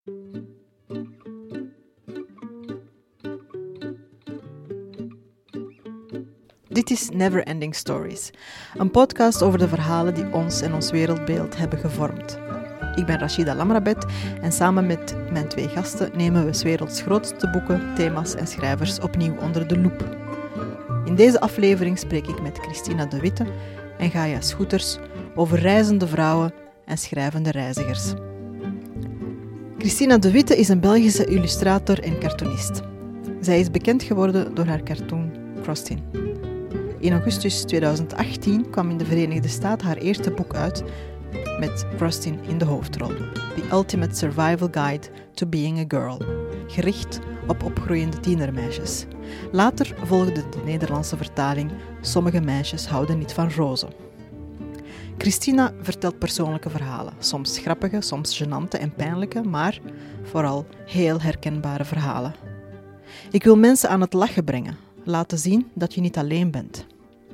Dit is Never Ending Stories, een podcast over de verhalen die ons en ons wereldbeeld hebben gevormd. Ik ben Rachida Lamrabet en samen met mijn 2 gasten nemen we 's werelds grootste boeken, thema's en schrijvers opnieuw onder de loep. In deze aflevering spreek ik met Christina de Witte en Gaia Schoeters over reizende vrouwen en schrijvende reizigers. Christina de Witte is een Belgische illustrator en cartoonist. Zij is bekend geworden door haar cartoon Frostin. In augustus 2018 kwam in de Verenigde Staten haar eerste boek uit met Frostin in de hoofdrol. The Ultimate Survival Guide to Being a Girl, gericht op opgroeiende tienermeisjes. Later volgde de Nederlandse vertaling Sommige meisjes houden niet van rozen. Christina vertelt persoonlijke verhalen, soms grappige, soms gênante en pijnlijke, maar vooral heel herkenbare verhalen. Ik wil mensen aan het lachen brengen, laten zien dat je niet alleen bent.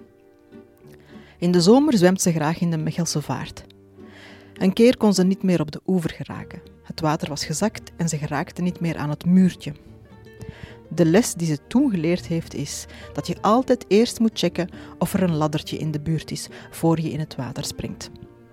In de zomer zwemt ze graag in de Mechelse Vaart. Een keer kon ze niet meer op de oever geraken. Het water was gezakt en ze geraakte niet meer aan het muurtje. De les die ze toen geleerd heeft is dat je altijd eerst moet checken of er een laddertje in de buurt is voor je in het water springt.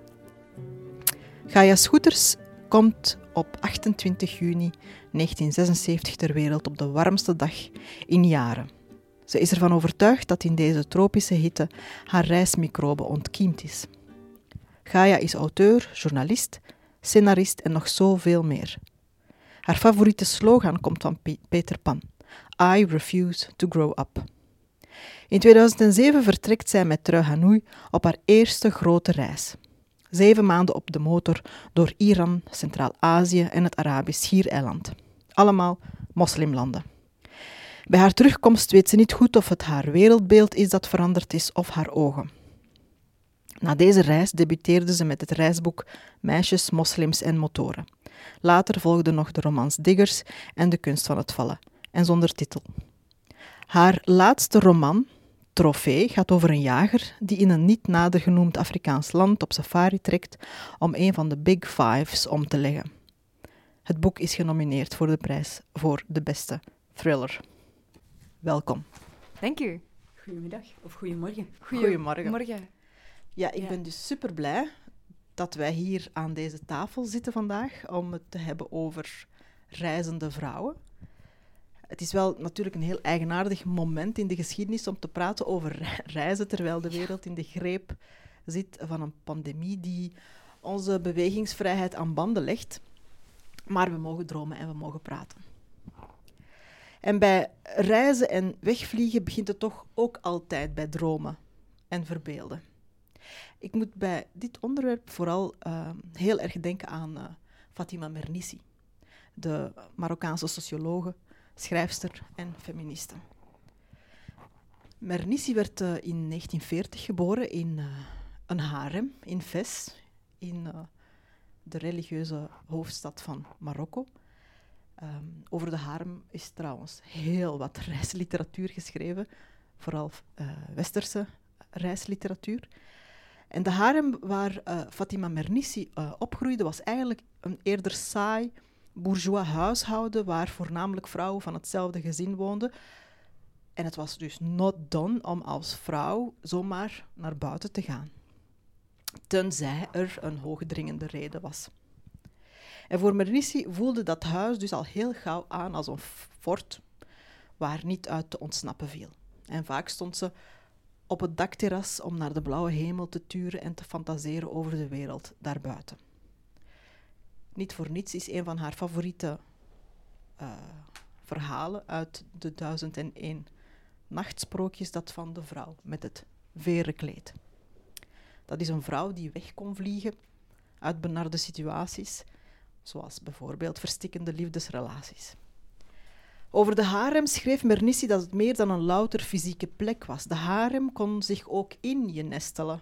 Gaia Schoeters komt op 28 juni 1976 ter wereld op de warmste dag in jaren. Ze is ervan overtuigd dat in deze tropische hitte haar reismicrobe ontkiemd is. Gaia is auteur, journalist, scenarist en nog zoveel meer. Haar favoriete slogan komt van Peter Pan: I refuse to grow up. In 2007 vertrekt zij met Trui Hanoi op haar eerste grote reis. 7 maanden op de motor door Iran, Centraal-Azië en het Arabisch Schiereiland. Allemaal moslimlanden. Bij haar terugkomst weet ze niet goed of het haar wereldbeeld is dat veranderd is of haar ogen. Na deze reis debuteerde ze met het reisboek Meisjes, Moslims en Motoren. Later volgden nog de romans Diggers en De kunst van het vallen, en zonder titel. Haar laatste roman, Trofee, gaat over een jager die in een niet nader genoemd Afrikaans land op safari trekt om een van de Big Fives om te leggen. Het boek is genomineerd voor de prijs voor de beste thriller. Welkom. Dank u. Goedemiddag of goedemorgen. Goedemorgen. Morgen. Ja, ik ben dus super blij dat wij hier aan deze tafel zitten vandaag om het te hebben over reizende vrouwen. Het is wel natuurlijk een heel eigenaardig moment in de geschiedenis om te praten over reizen, terwijl de wereld in de greep zit van een pandemie die onze bewegingsvrijheid aan banden legt. Maar we mogen dromen en we mogen praten. En bij reizen en wegvliegen begint het toch ook altijd bij dromen en verbeelden. Ik moet bij dit onderwerp vooral heel erg denken aan Fatima Mernissi, de Marokkaanse sociologe, schrijfster en feministe. Mernissi werd in 1940 geboren in een harem in Fes, in de religieuze hoofdstad van Marokko. Over de harem is trouwens heel wat reisliteratuur geschreven, vooral westerse reisliteratuur. En de harem waar Fatima Mernissi opgroeide was eigenlijk een eerder saai bourgeois huishouden waar voornamelijk vrouwen van hetzelfde gezin woonden. En het was dus not done om als vrouw zomaar naar buiten te gaan, tenzij er een hoogdringende reden was. En voor Mernissi voelde dat huis dus al heel gauw aan als een fort waar niet uit te ontsnappen viel. En vaak stond ze op het dakterras om naar de blauwe hemel te turen en te fantaseren over de wereld daarbuiten. Niet voor niets is een van haar favoriete verhalen uit de 1001 nachtsprookjes dat van de vrouw met het veren kleed. Dat is een vrouw die weg kon vliegen uit benarde situaties, zoals bijvoorbeeld verstikkende liefdesrelaties. Over de harem schreef Mernissi dat het meer dan een louter fysieke plek was. De harem kon zich ook in je nestelen.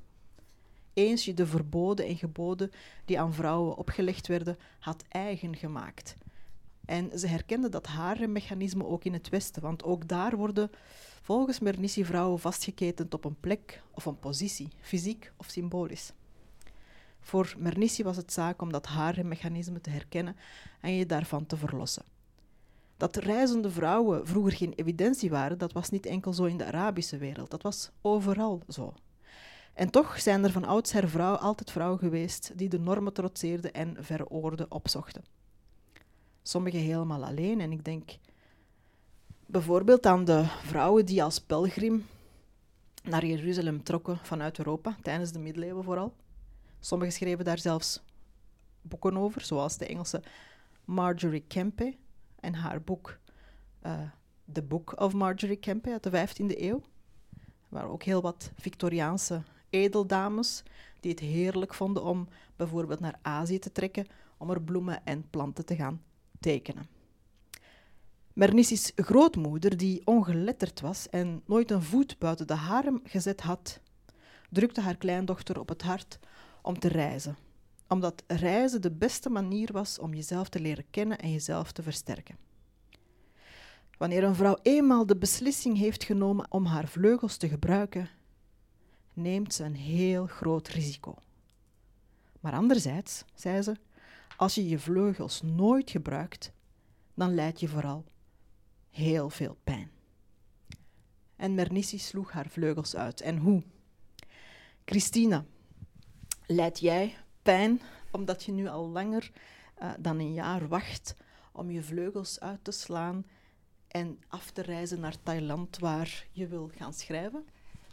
Eens je de verboden en geboden die aan vrouwen opgelegd werden, had eigen gemaakt. En ze herkende dat haremmechanisme ook in het Westen, want ook daar worden volgens Mernissi vrouwen vastgeketend op een plek of een positie, fysiek of symbolisch. Voor Mernissi was het zaak om dat haremmechanisme te herkennen en je daarvan te verlossen. Dat reizende vrouwen vroeger geen evidentie waren, dat was niet enkel zo in de Arabische wereld, dat was overal zo. En toch zijn er van oudsher altijd vrouwen geweest die de normen trotseerden en verre oorden opzochten. Sommigen helemaal alleen, en ik denk bijvoorbeeld aan de vrouwen die als pelgrim naar Jeruzalem trokken vanuit Europa, tijdens de middeleeuwen vooral. Sommigen schreven daar zelfs boeken over, zoals de Engelse Marjorie Kempe en haar boek The Book of Marjorie Kempe uit de 15e eeuw. Er waren ook heel wat Victoriaanse edeldames die het heerlijk vonden om bijvoorbeeld naar Azië te trekken om er bloemen en planten te gaan tekenen. Mernissi's grootmoeder, die ongeletterd was en nooit een voet buiten de harem gezet had, drukte haar kleindochter op het hart om te reizen. Omdat reizen de beste manier was om jezelf te leren kennen en jezelf te versterken. Wanneer een vrouw eenmaal de beslissing heeft genomen om haar vleugels te gebruiken, neemt ze een heel groot risico. Maar anderzijds, zei ze, als je je vleugels nooit gebruikt, dan lijd je vooral heel veel pijn. En Mernissi sloeg haar vleugels uit. En hoe? Christina, lijd jij pijn omdat je nu al langer dan een jaar wacht om je vleugels uit te slaan en af te reizen naar Thailand waar je wil gaan schrijven?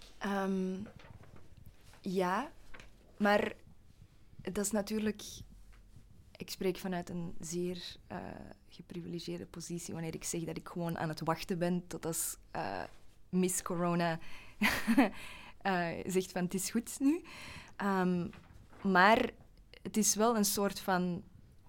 Ja, maar dat is natuurlijk... Ik spreek vanuit een zeer geprivilegeerde positie wanneer ik zeg dat ik gewoon aan het wachten ben tot als Miss Corona zegt van het is goed nu. Maar het is wel een soort van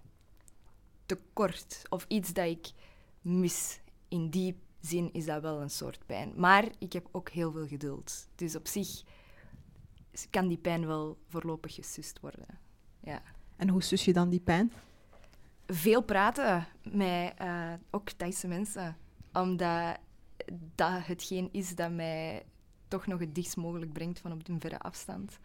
tekort of iets dat ik mis. In die zin is dat wel een soort pijn. Maar ik heb ook heel veel geduld. Dus op zich kan die pijn wel voorlopig gesust worden. Ja. En hoe sus je dan die pijn? Veel praten met ook Thaise mensen. Omdat dat hetgeen is dat mij toch nog het dichtst mogelijk brengt van op een verre afstand.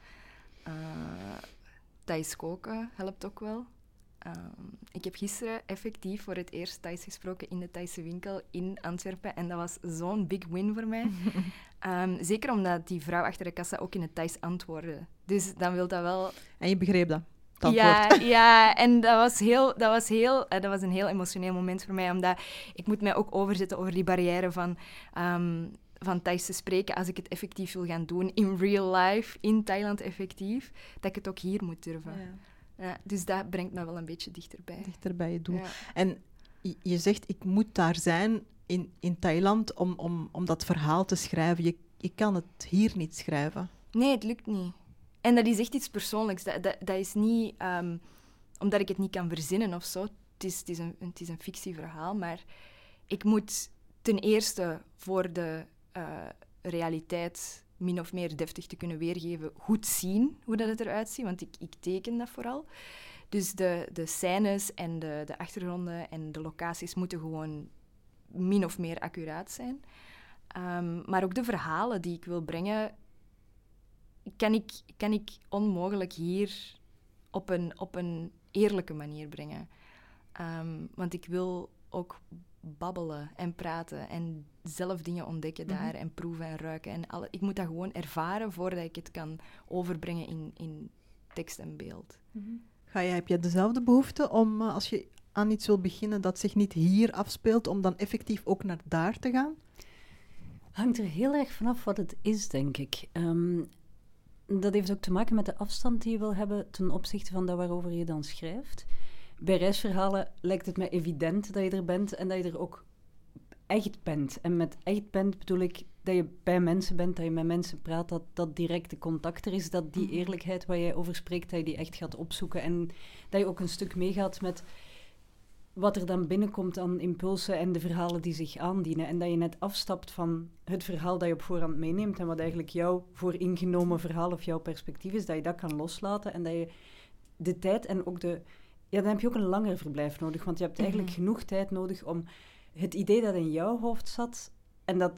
Thais koken helpt ook wel. Ik heb gisteren effectief voor het eerst Thais gesproken in de Thaise winkel in Antwerpen. En dat was zo'n big win voor mij. Zeker omdat die vrouw achter de kassa ook in het Thais antwoordde. Dus dan wil dat wel... En je begreep dat? Ja, en dat was een heel emotioneel moment voor mij, omdat ik moet mij ook overzetten over die barrière van Thais te spreken als ik het effectief wil gaan doen, in real life, in Thailand effectief, dat ik het ook hier moet durven. Ja, dus dat brengt me wel een beetje dichterbij. Dichter bij je doel. Ja. En je zegt, ik moet daar zijn in Thailand om dat verhaal te schrijven. Je kan het hier niet schrijven. Nee, het lukt niet. En dat is echt iets persoonlijks. Dat is niet omdat ik het niet kan verzinnen of zo. Het is een fictieverhaal, maar ik moet ten eerste voor de realiteit min of meer deftig te kunnen weergeven, goed zien hoe dat het eruit ziet, want ik teken dat vooral. Dus de scènes en de achtergronden en de locaties moeten gewoon min of meer accuraat zijn. Maar ook de verhalen die ik wil brengen, kan ik onmogelijk hier op een eerlijke manier brengen. Want ik wil ook babbelen en praten en zelf dingen ontdekken daar en proeven en ruiken. En ik moet dat gewoon ervaren voordat ik het kan overbrengen in tekst en beeld. Heb je dezelfde behoefte om, als je aan iets wil beginnen dat zich niet hier afspeelt, om dan effectief ook naar daar te gaan? Hangt er heel erg vanaf wat het is, denk ik. Dat heeft ook te maken met de afstand die je wil hebben ten opzichte van dat waarover je dan schrijft. Bij reisverhalen lijkt het mij evident dat je er bent en dat je er ook echt bent. En met echt bent bedoel ik dat je bij mensen bent, dat je met mensen praat, dat directe contact er is, dat die eerlijkheid waar jij over spreekt, dat je die echt gaat opzoeken en dat je ook een stuk meegaat met wat er dan binnenkomt aan impulsen en de verhalen die zich aandienen. En dat je net afstapt van het verhaal dat je op voorhand meeneemt en wat eigenlijk jouw vooringenomen verhaal of jouw perspectief is, dat je dat kan loslaten en dat je de tijd en ook ja, dan heb je ook een langer verblijf nodig, want je hebt eigenlijk genoeg tijd nodig om het idee dat in jouw hoofd zat en dat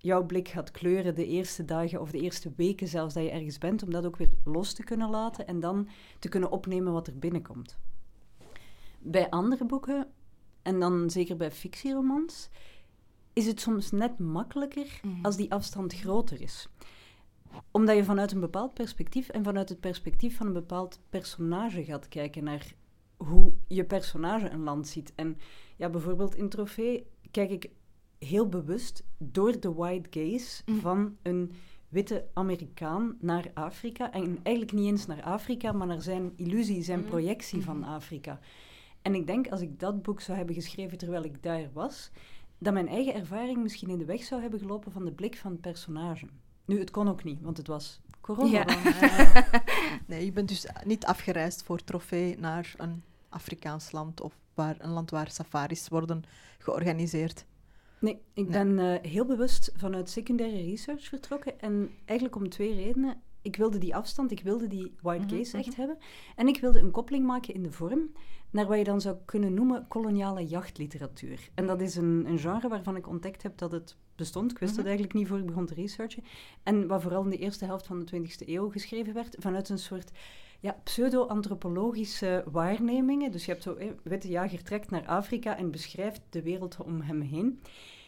jouw blik gaat kleuren de eerste dagen of de eerste weken zelfs dat je ergens bent, om dat ook weer los te kunnen laten en dan te kunnen opnemen wat er binnenkomt. Bij andere boeken, en dan zeker bij fictieromans, is het soms net makkelijker als die afstand groter is. Omdat je vanuit een bepaald perspectief en vanuit het perspectief van een bepaald personage gaat kijken naar hoe je personage een land ziet. En ja, bijvoorbeeld in Trofee kijk ik heel bewust door de white gaze van een witte Amerikaan naar Afrika. En eigenlijk niet eens naar Afrika, maar naar zijn illusie, zijn projectie van Afrika. En ik denk, als ik dat boek zou hebben geschreven terwijl ik daar was, dat mijn eigen ervaring misschien in de weg zou hebben gelopen van de blik van het personage. Nu, het kon ook niet, want het was corona. Ja. Nee, je bent dus niet afgereisd voor Trofee naar een Afrikaans land of een land waar safaris worden georganiseerd. Nee, ik ben heel bewust vanuit secundaire research vertrokken. En eigenlijk om 2 redenen. Ik wilde die afstand, ik wilde die white gaze echt hebben. En ik wilde een koppeling maken in de vorm naar wat je dan zou kunnen noemen koloniale jachtliteratuur. En dat is een genre waarvan ik ontdekt heb dat het bestond. Ik wist het eigenlijk niet voor ik begon te researchen. En wat vooral in de eerste helft van de 20e eeuw geschreven werd, vanuit een soort pseudo-antropologische waarnemingen. Dus je hebt zo, witte jager trekt naar Afrika en beschrijft de wereld om hem heen.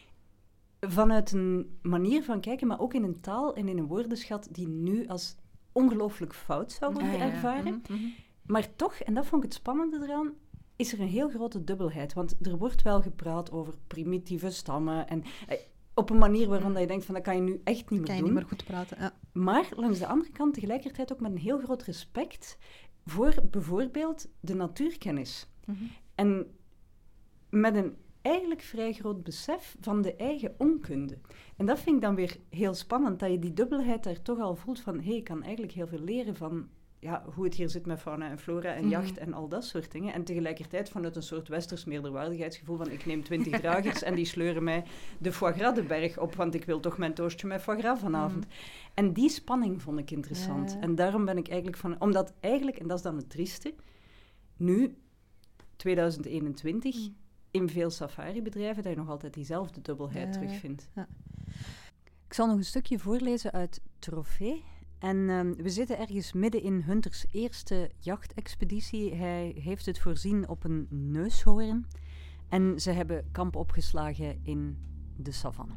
Vanuit een manier van kijken, maar ook in een taal en in een woordenschat die nu als ongelooflijk fout zou worden ervaren. Maar toch, en dat vond ik het spannende eraan, is er een heel grote dubbelheid. Want er wordt wel gepraat over primitieve stammen en op een manier waarvan dat je denkt van dat kan je nu echt niet meer doen. Kan je niet meer goed praten, ja. Maar langs de andere kant tegelijkertijd ook met een heel groot respect voor bijvoorbeeld de natuurkennis. En met een eigenlijk vrij groot besef van de eigen onkunde. En dat vind ik dan weer heel spannend, dat je die dubbelheid daar toch al voelt van ik kan eigenlijk heel veel leren van hoe het hier zit met fauna en flora en jacht en al dat soort dingen. En tegelijkertijd vanuit een soort westers meerderwaardigheidsgevoel van ik neem 20 dragers en die sleuren mij de foie gras de berg op, want ik wil toch mijn toastje met foie gras vanavond. En die spanning vond ik interessant. Ja. En daarom ben ik eigenlijk van... Omdat eigenlijk, en dat is dan het trieste, nu, 2021... in veel safari-bedrijven dat je nog altijd diezelfde dubbelheid terugvindt. Ja. Ik zal nog een stukje voorlezen uit Trofee. En we zitten ergens midden in Hunters eerste jachtexpeditie. Hij heeft het voorzien op een neushoorn. En ze hebben kamp opgeslagen in de savanne.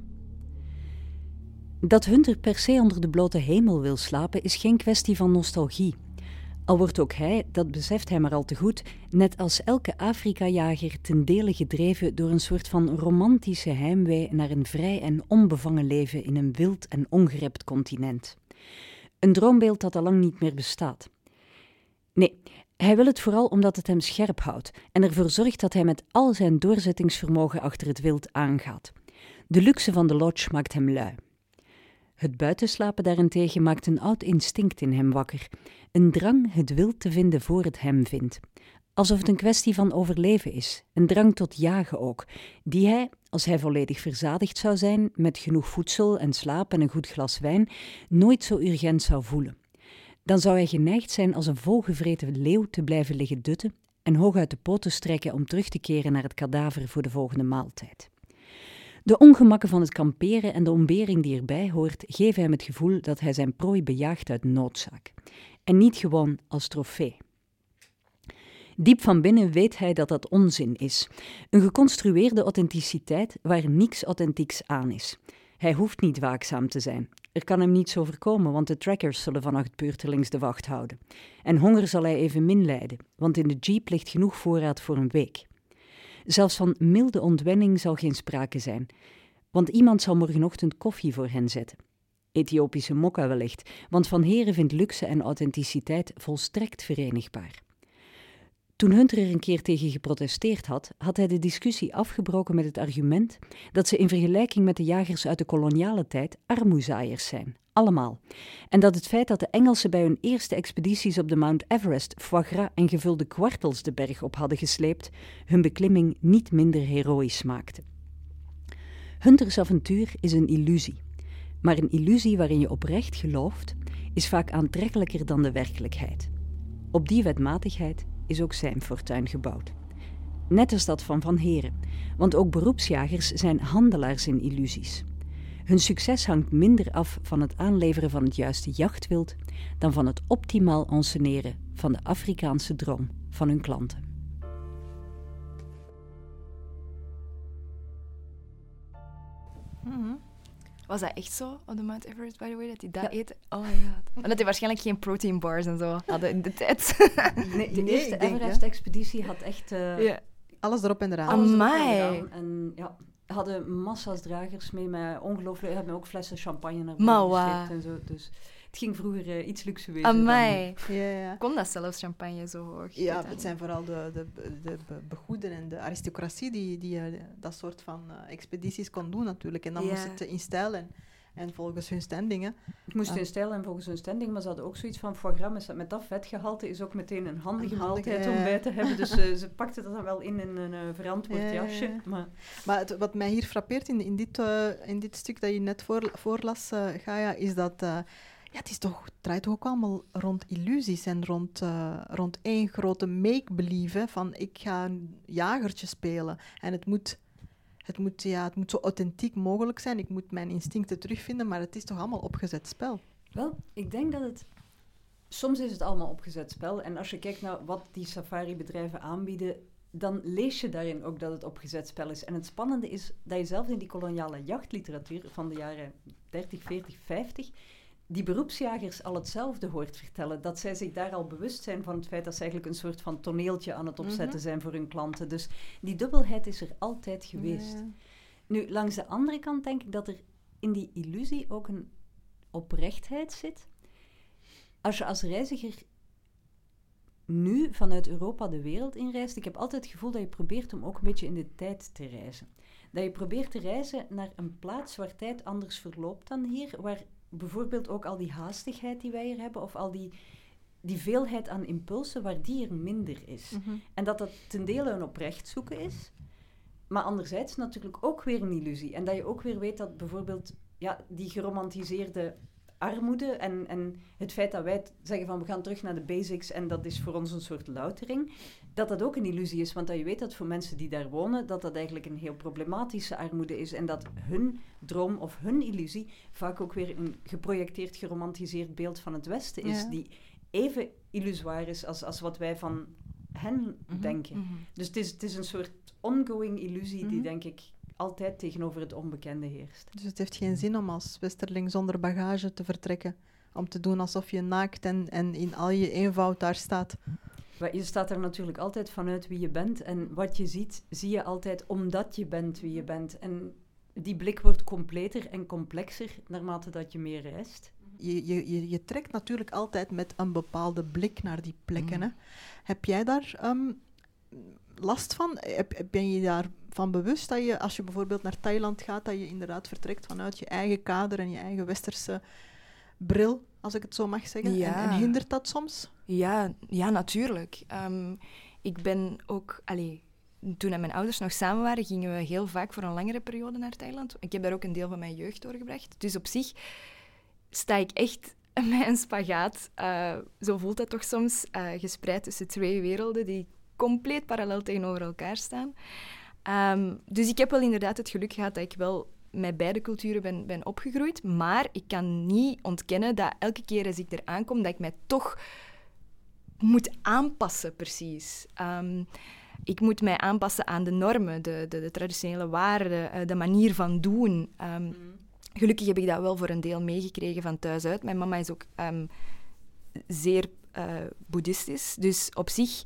Dat Hunter per se onder de blote hemel wil slapen is geen kwestie van nostalgie. Al wordt ook hij, dat beseft hij maar al te goed, net als elke Afrika-jager ten dele gedreven door een soort van romantische heimwee naar een vrij en onbevangen leven in een wild en ongerept continent. Een droombeeld dat al lang niet meer bestaat. Nee, hij wil het vooral omdat het hem scherp houdt en ervoor zorgt dat hij met al zijn doorzettingsvermogen achter het wild aangaat. De luxe van de lodge maakt hem lui. Het buitenslapen daarentegen maakt een oud instinct in hem wakker. Een drang het wild te vinden voor het hem vindt. Alsof het een kwestie van overleven is. Een drang tot jagen ook. Die hij, als hij volledig verzadigd zou zijn, met genoeg voedsel en slaap en een goed glas wijn, nooit zo urgent zou voelen. Dan zou hij geneigd zijn als een volgevreten leeuw te blijven liggen dutten en hooguit de poten strekken om terug te keren naar het kadaver voor de volgende maaltijd. De ongemakken van het kamperen en de ontbering die erbij hoort, geven hem het gevoel dat hij zijn prooi bejaagt uit noodzaak. En niet gewoon als trofee. Diep van binnen weet hij dat dat onzin is. Een geconstrueerde authenticiteit waar niks authentieks aan is. Hij hoeft niet waakzaam te zijn. Er kan hem niets overkomen, want de trackers zullen vannacht beurtelings de wacht houden. En honger zal hij evenmin lijden, want in de jeep ligt genoeg voorraad voor een week. Zelfs van milde ontwenning zal geen sprake zijn, want iemand zal morgenochtend koffie voor hen zetten. Ethiopische mokka wellicht, want Van Heeren vindt luxe en authenticiteit volstrekt verenigbaar. Toen Hunter er een keer tegen geprotesteerd had, had hij de discussie afgebroken met het argument dat ze in vergelijking met de jagers uit de koloniale tijd armoezaaiers zijn, allemaal. En dat het feit dat de Engelsen bij hun eerste expedities op de Mount Everest foie gras en gevulde kwartels de berg op hadden gesleept, hun beklimming niet minder heroïs maakte. Hunters avontuur is een illusie. Maar een illusie waarin je oprecht gelooft, is vaak aantrekkelijker dan de werkelijkheid. Op die wetmatigheid is ook zijn fortuin gebouwd. Net als dat van Van Heeren, want ook beroepsjagers zijn handelaars in illusies. Hun succes hangt minder af van het aanleveren van het juiste jachtwild dan van het optimaal ensceneren van de Afrikaanse droom van hun klanten. Was dat echt zo op de Mount Everest, by the way, dat die dat eten? Oh my god. Omdat die waarschijnlijk geen protein bars en zo hadden in de tijd. Nee, de eerste Everest-expeditie had echt... Alles erop en eraan. Amai. En ja, hadden massa's dragers mee met ongelooflijk... Hebben ook flessen champagne naar Maar boven wa. gesleept en zo. Dus het ging vroeger iets luxueuzer. Amai. Ja. Kon dat zelfs champagne zo hoog? Ja, het zijn vooral de begoeden en de aristocratie die dat soort van expedities kon doen natuurlijk. En dan moest het in stijl en volgens hun standingen. Het moest in stijl en volgens hun standing, maar ze hadden ook zoiets van foie gras met dat vetgehalte is ook meteen een handige maaltijd om bij te hebben. Dus ze pakten dat dan wel in een verantwoord jasje. Maar wat mij hier frappeert in dit stuk dat je net voorlas, Gaia, is dat... het draait toch ook allemaal rond illusies en rond één grote make-believe van ik ga een jagertje spelen. En het moet zo authentiek mogelijk zijn. Ik moet mijn instincten terugvinden, maar het is toch allemaal opgezet spel? Wel, ik denk dat het... Soms is het allemaal opgezet spel. En als je kijkt naar wat die safari-bedrijven aanbieden, dan lees je daarin ook dat het opgezet spel is. En het spannende is dat je zelfs in die koloniale jachtliteratuur van de jaren 30, 40, 50... die beroepsjagers al hetzelfde hoort vertellen. Dat zij zich daar al bewust zijn van het feit dat ze eigenlijk een soort van toneeltje aan het opzetten zijn voor hun klanten. Dus die dubbelheid is er altijd geweest. Ja. Nu, langs de andere kant denk ik dat er in die illusie ook een oprechtheid zit. Als je als reiziger nu vanuit Europa de wereld inreist, ik heb altijd het gevoel dat je probeert om ook een beetje in de tijd te reizen. Dat je probeert te reizen naar een plaats waar tijd anders verloopt dan hier, waar bijvoorbeeld ook al die haastigheid die wij hier hebben, of al die veelheid aan impulsen, waar die er minder is. Mm-hmm. En dat ten dele een oprecht zoeken is, maar anderzijds natuurlijk ook weer een illusie. En dat je ook weer weet dat bijvoorbeeld die geromantiseerde armoede en het feit dat wij zeggen van we gaan terug naar de basics en dat is voor ons een soort loutering, dat ook een illusie is. Want dat je weet dat voor mensen die daar wonen, dat eigenlijk een heel problematische armoede is en dat hun droom of hun illusie vaak ook weer een geprojecteerd, geromantiseerd beeld van het Westen is, die even illusoir is als wat wij van hen denken. Mm-hmm. Dus het is een soort ongoing illusie die denk ik altijd tegenover het onbekende heerst. Dus het heeft geen zin om als westerling zonder bagage te vertrekken, om te doen alsof je naakt en in al je eenvoud daar staat. Je staat er natuurlijk altijd vanuit wie je bent en wat je ziet, zie je altijd omdat je bent wie je bent. En die blik wordt completer en complexer naarmate dat je meer reist. Je trekt natuurlijk altijd met een bepaalde blik naar die plekken. Hè? Heb jij daar last van? Ben je daarvan bewust dat je, als je bijvoorbeeld naar Thailand gaat, dat je inderdaad vertrekt vanuit je eigen kader en je eigen westerse bril, als ik het zo mag zeggen? Ja. En hindert dat soms? Ja, natuurlijk. Ik ben ook... toen mijn ouders nog samen waren, gingen we heel vaak voor een langere periode naar Thailand. Ik heb daar ook een deel van mijn jeugd doorgebracht. Dus op zich sta ik echt met een spagaat, zo voelt dat toch soms, gespreid tussen twee werelden die compleet parallel tegenover elkaar staan. Dus ik heb wel inderdaad het geluk gehad dat ik wel met beide culturen ben opgegroeid, maar ik kan niet ontkennen dat elke keer als ik er aankom, dat ik mij toch moet aanpassen, precies. Ik moet mij aanpassen aan de normen, de traditionele waarden, de manier van doen. Gelukkig heb ik dat wel voor een deel meegekregen van thuis uit. Mijn mama is ook zeer boeddhistisch, dus op zich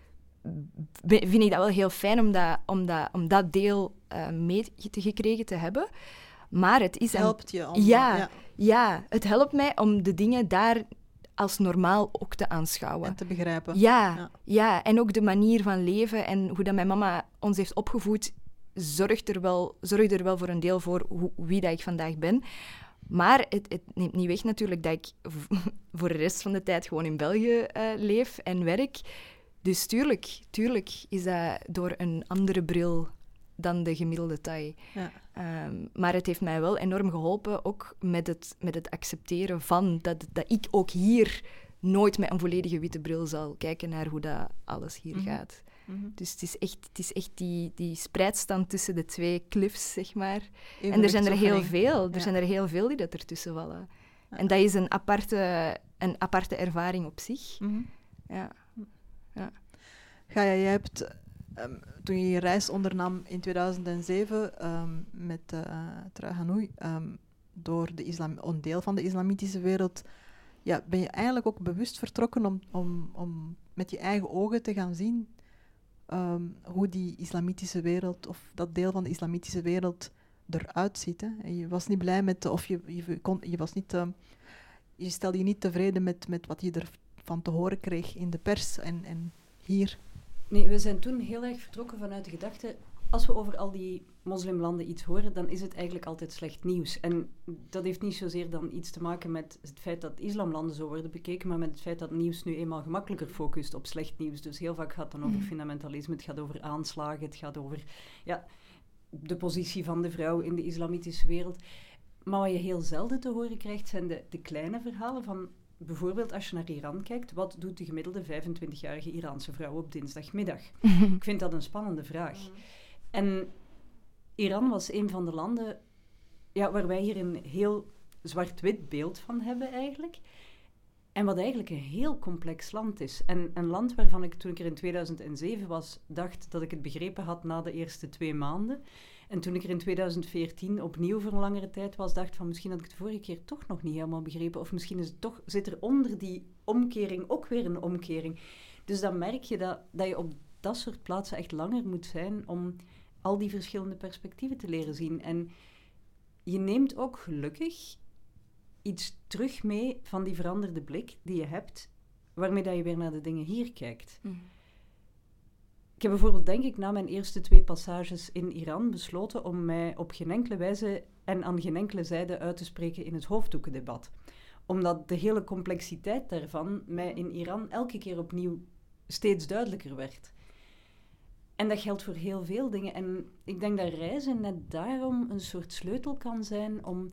vind ik dat wel heel fijn om dat deel meegekregen te hebben. Maar het is... Het helpt je om... Ja, het helpt mij om de dingen daar als normaal ook te aanschouwen. En te begrijpen. Ja, en ook de manier van leven en hoe dat mijn mama ons heeft opgevoed, zorgt er wel voor een deel voor wie dat ik vandaag ben. Maar het neemt niet weg natuurlijk dat ik voor de rest van de tijd gewoon in België leef en werk. Dus tuurlijk is dat door een andere bril dan de gemiddelde Thai. Ja. Maar het heeft mij wel enorm geholpen, ook met het accepteren van dat ik ook hier nooit met een volledige witte bril zal kijken naar hoe dat alles hier gaat. Mhm. Dus het is echt die spreidstand tussen de twee cliffs, zeg maar. En er zijn er Evenwichtsoefening. heel veel. Er Ja. zijn er heel veel die dat ertussen vallen. Ja. En dat is een aparte ervaring op zich. Mhm. Ja. Gaia, jij hebt, toen je je reis ondernam in 2007 met Trui Hanoui, door een deel van de islamitische wereld, ben je eigenlijk ook bewust vertrokken om met je eigen ogen te gaan zien hoe die islamitische wereld, of dat deel van de islamitische wereld eruit ziet. Hè? En je was niet blij met, of je was niet, je stelde je niet tevreden met wat je ervan te horen kreeg in de pers en hier. Nee, we zijn toen heel erg vertrokken vanuit de gedachte, als we over al die moslimlanden iets horen, dan is het eigenlijk altijd slecht nieuws. En dat heeft niet zozeer dan iets te maken met het feit dat islamlanden zo worden bekeken, maar met het feit dat nieuws nu eenmaal gemakkelijker focust op slecht nieuws. Dus heel vaak gaat het dan over fundamentalisme, het gaat over aanslagen, het gaat over de positie van de vrouw in de islamitische wereld. Maar wat je heel zelden te horen krijgt, zijn de kleine verhalen van... Bijvoorbeeld als je naar Iran kijkt, wat doet de gemiddelde 25-jarige Iraanse vrouw op dinsdagmiddag? Ik vind dat een spannende vraag. En Iran was een van de landen waar wij hier een heel zwart-wit beeld van hebben eigenlijk. En wat eigenlijk een heel complex land is. En een land waarvan ik, toen ik er in 2007 was, dacht dat ik het begrepen had na de eerste 2 maanden. En toen ik er in 2014 opnieuw voor een langere tijd was, dacht van misschien had ik het vorige keer toch nog niet helemaal begrepen. Of misschien is het toch, zit er onder die omkering ook weer een omkering. Dus dan merk je dat je op dat soort plaatsen echt langer moet zijn om al die verschillende perspectieven te leren zien. En je neemt ook gelukkig iets terug mee van die veranderde blik die je hebt, waarmee dat je weer naar de dingen hier kijkt. Ik heb bijvoorbeeld, denk ik, na mijn eerste 2 passages in Iran besloten om mij op geen enkele wijze en aan geen enkele zijde uit te spreken in het hoofddoekendebat. Omdat de hele complexiteit daarvan mij in Iran elke keer opnieuw steeds duidelijker werd. En dat geldt voor heel veel dingen. En ik denk dat reizen net daarom een soort sleutel kan zijn om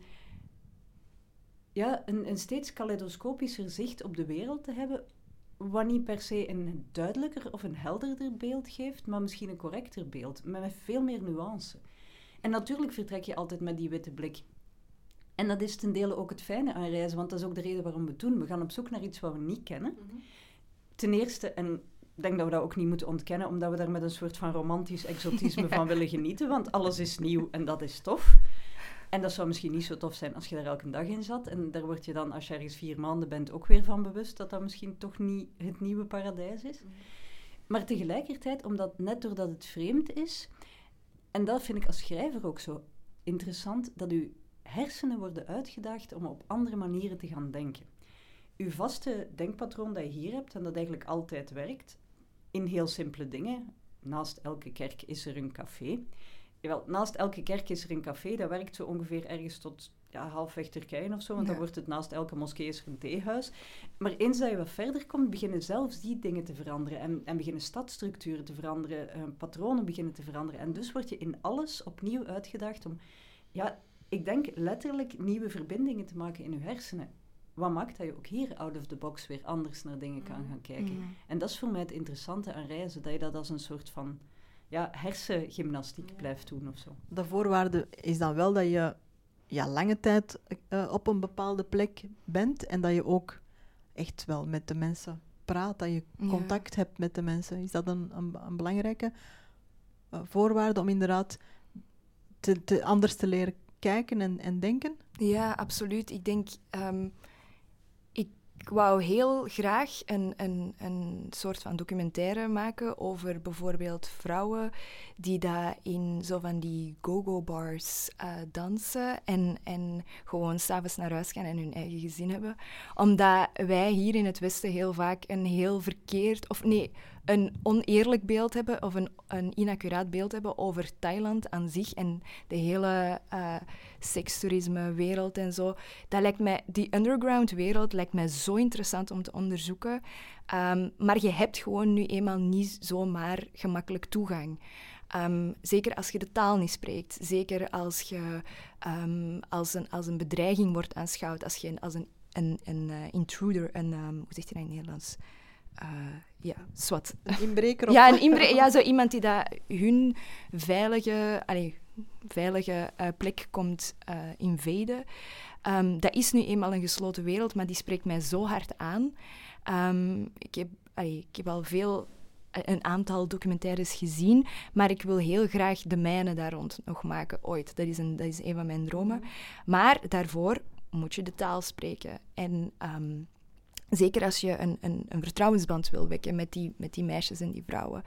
een steeds kaleidoscopischer zicht op de wereld te hebben, wat niet per se een duidelijker of een helderder beeld geeft, maar misschien een correcter beeld, met veel meer nuance. En natuurlijk vertrek je altijd met die witte blik. En dat is ten dele ook het fijne aan reizen, want dat is ook de reden waarom we het doen. We gaan op zoek naar iets wat we niet kennen. Ten eerste, en ik denk dat we dat ook niet moeten ontkennen, omdat we daar met een soort van romantisch exotisme van willen genieten, want alles is nieuw en dat is tof. En dat zou misschien niet zo tof zijn als je daar elke dag in zat. En daar word je dan, als je ergens 4 maanden bent, ook weer van bewust dat dat misschien toch niet het nieuwe paradijs is. Maar tegelijkertijd, net doordat het vreemd is, en dat vind ik als schrijver ook zo interessant, dat uw hersenen worden uitgedaagd om op andere manieren te gaan denken. Uw vaste denkpatroon dat je hier hebt, en dat eigenlijk altijd werkt, in heel simpele dingen. Naast elke kerk is er een café. Jawel, naast elke kerk is er een café. Dat werkt zo ongeveer ergens tot halfweg Turkije of zo. Want dan wordt het naast elke moskee is er een theehuis. Maar eens dat je wat verder komt, beginnen zelfs die dingen te veranderen. En beginnen stadstructuren te veranderen. Patronen beginnen te veranderen. En dus word je in alles opnieuw uitgedaagd om... ik denk letterlijk nieuwe verbindingen te maken in je hersenen. Wat maakt dat je ook hier out of the box weer anders naar dingen kan gaan kijken. En dat is voor mij het interessante aan reizen. Dat je dat als een soort van hersengymnastiek blijft doen of zo. De voorwaarde is dan wel dat je lange tijd op een bepaalde plek bent en dat je ook echt wel met de mensen praat, dat je contact hebt met de mensen. Is dat een belangrijke voorwaarde om inderdaad anders te leren kijken en denken? Ja, absoluut. Ik denk... Ik wou heel graag een soort van documentaire maken over bijvoorbeeld vrouwen die daar in zo van die go-go-bars dansen en gewoon 's avonds naar huis gaan en hun eigen gezin hebben. Omdat wij hier in het Westen heel vaak een heel verkeerd... een oneerlijk beeld hebben of een inaccuraat beeld hebben over Thailand aan zich en de hele sekstoerisme-wereld en zo. Dat lijkt mij, die underground-wereld lijkt mij zo interessant om te onderzoeken. Maar je hebt gewoon nu eenmaal niet zomaar gemakkelijk toegang. Zeker als je de taal niet spreekt. Zeker als je als een bedreiging wordt aanschouwd. Als je als een intruder, hoe zeg je dat in het Nederlands? zwart. Een inbreker? Of... Ja, een inbreker. Ja, zo iemand die dat hun veilige plek komt invaden. Dat is nu eenmaal een gesloten wereld, maar die spreekt mij zo hard aan. Ik heb al een aantal documentaires gezien, maar ik wil heel graag de mijne daar rond nog maken, ooit. Dat is een van mijn dromen. Maar daarvoor moet je de taal spreken. En zeker als je een vertrouwensband wil wekken met die meisjes en die vrouwen.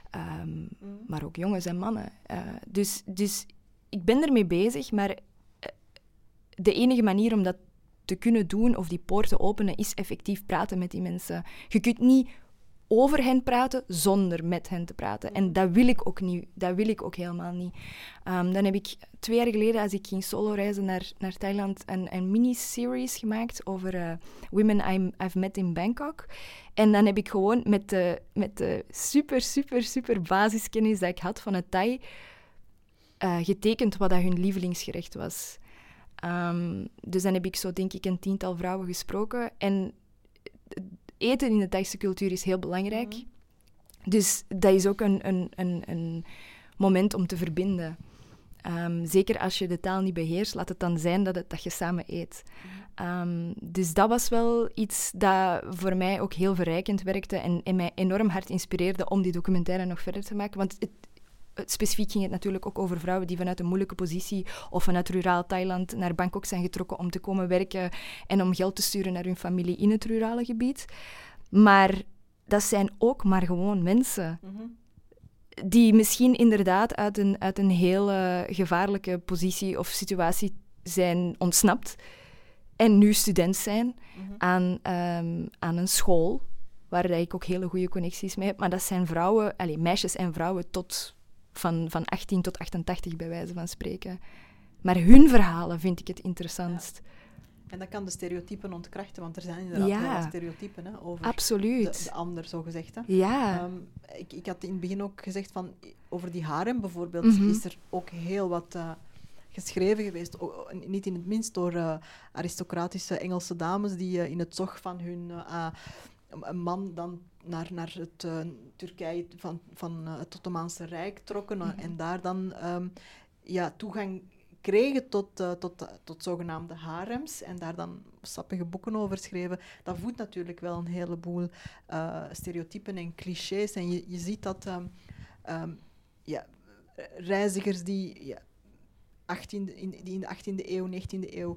Maar ook jongens en mannen. Dus ik ben ermee bezig, maar de enige manier om dat te kunnen doen of die poorten openen, is effectief praten met die mensen. Je kunt niet over hen praten zonder met hen te praten. En dat wil ik ook niet. Dat wil ik ook helemaal niet. Dan heb ik 2 jaar geleden, als ik ging solo reizen naar Thailand, een mini-series gemaakt over women I've met in Bangkok. En dan heb ik gewoon met de super, super, super basiskennis dat ik had van het Thai getekend wat dat hun lievelingsgerecht was. Dus dan heb ik zo, denk ik, een 10-tal vrouwen gesproken. En eten in de Thaise cultuur is heel belangrijk. Dus dat is ook een moment om te verbinden. Zeker als je de taal niet beheerst, laat het dan zijn dat je samen eet. Dus dat was wel iets dat voor mij ook heel verrijkend werkte en mij enorm hard inspireerde om die documentaire nog verder te maken. Want specifiek ging het natuurlijk ook over vrouwen die vanuit een moeilijke positie of vanuit ruraal Thailand naar Bangkok zijn getrokken om te komen werken en om geld te sturen naar hun familie in het rurale gebied. Maar dat zijn ook maar gewoon mensen die misschien inderdaad uit een heel gevaarlijke positie of situatie zijn ontsnapt en nu student zijn aan een school waar ik ook hele goede connecties mee heb. Maar dat zijn vrouwen, meisjes en vrouwen tot van 18 tot 88 bij wijze van spreken. Maar hun verhalen vind ik het interessantst. Ja. En dat kan de stereotypen ontkrachten, want er zijn inderdaad heel veel stereotypen over absoluut. De ander, zo gezegd. Hè. Ja. Ik had in het begin ook gezegd van over die harem bijvoorbeeld, is er ook heel wat geschreven geweest. Niet in het minst door aristocratische Engelse dames die in het zog van hun een man dan naar het Turkije van het Ottomaanse Rijk trokken en daar dan toegang kregen tot zogenaamde harems en daar dan sappige boeken over schreven. Dat voedt natuurlijk wel een heleboel stereotypen en clichés. En je ziet dat reizigers die in de 18e eeuw, 19e eeuw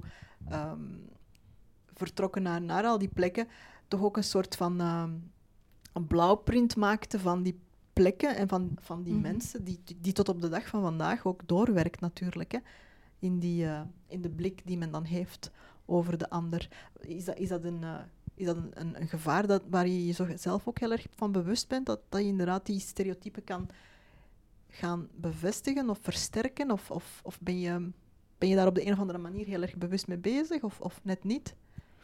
vertrokken naar al die plekken, toch ook een soort van een blauwprint maakten van die plekken en van die mensen die tot op de dag van vandaag ook doorwerkt natuurlijk, hè, in de blik die men dan heeft over de ander. Is dat een gevaar waar je je zelf ook heel erg van bewust bent, dat je inderdaad die stereotypen kan gaan bevestigen of versterken, of ben je daar op de een of andere manier heel erg bewust mee bezig, of net niet?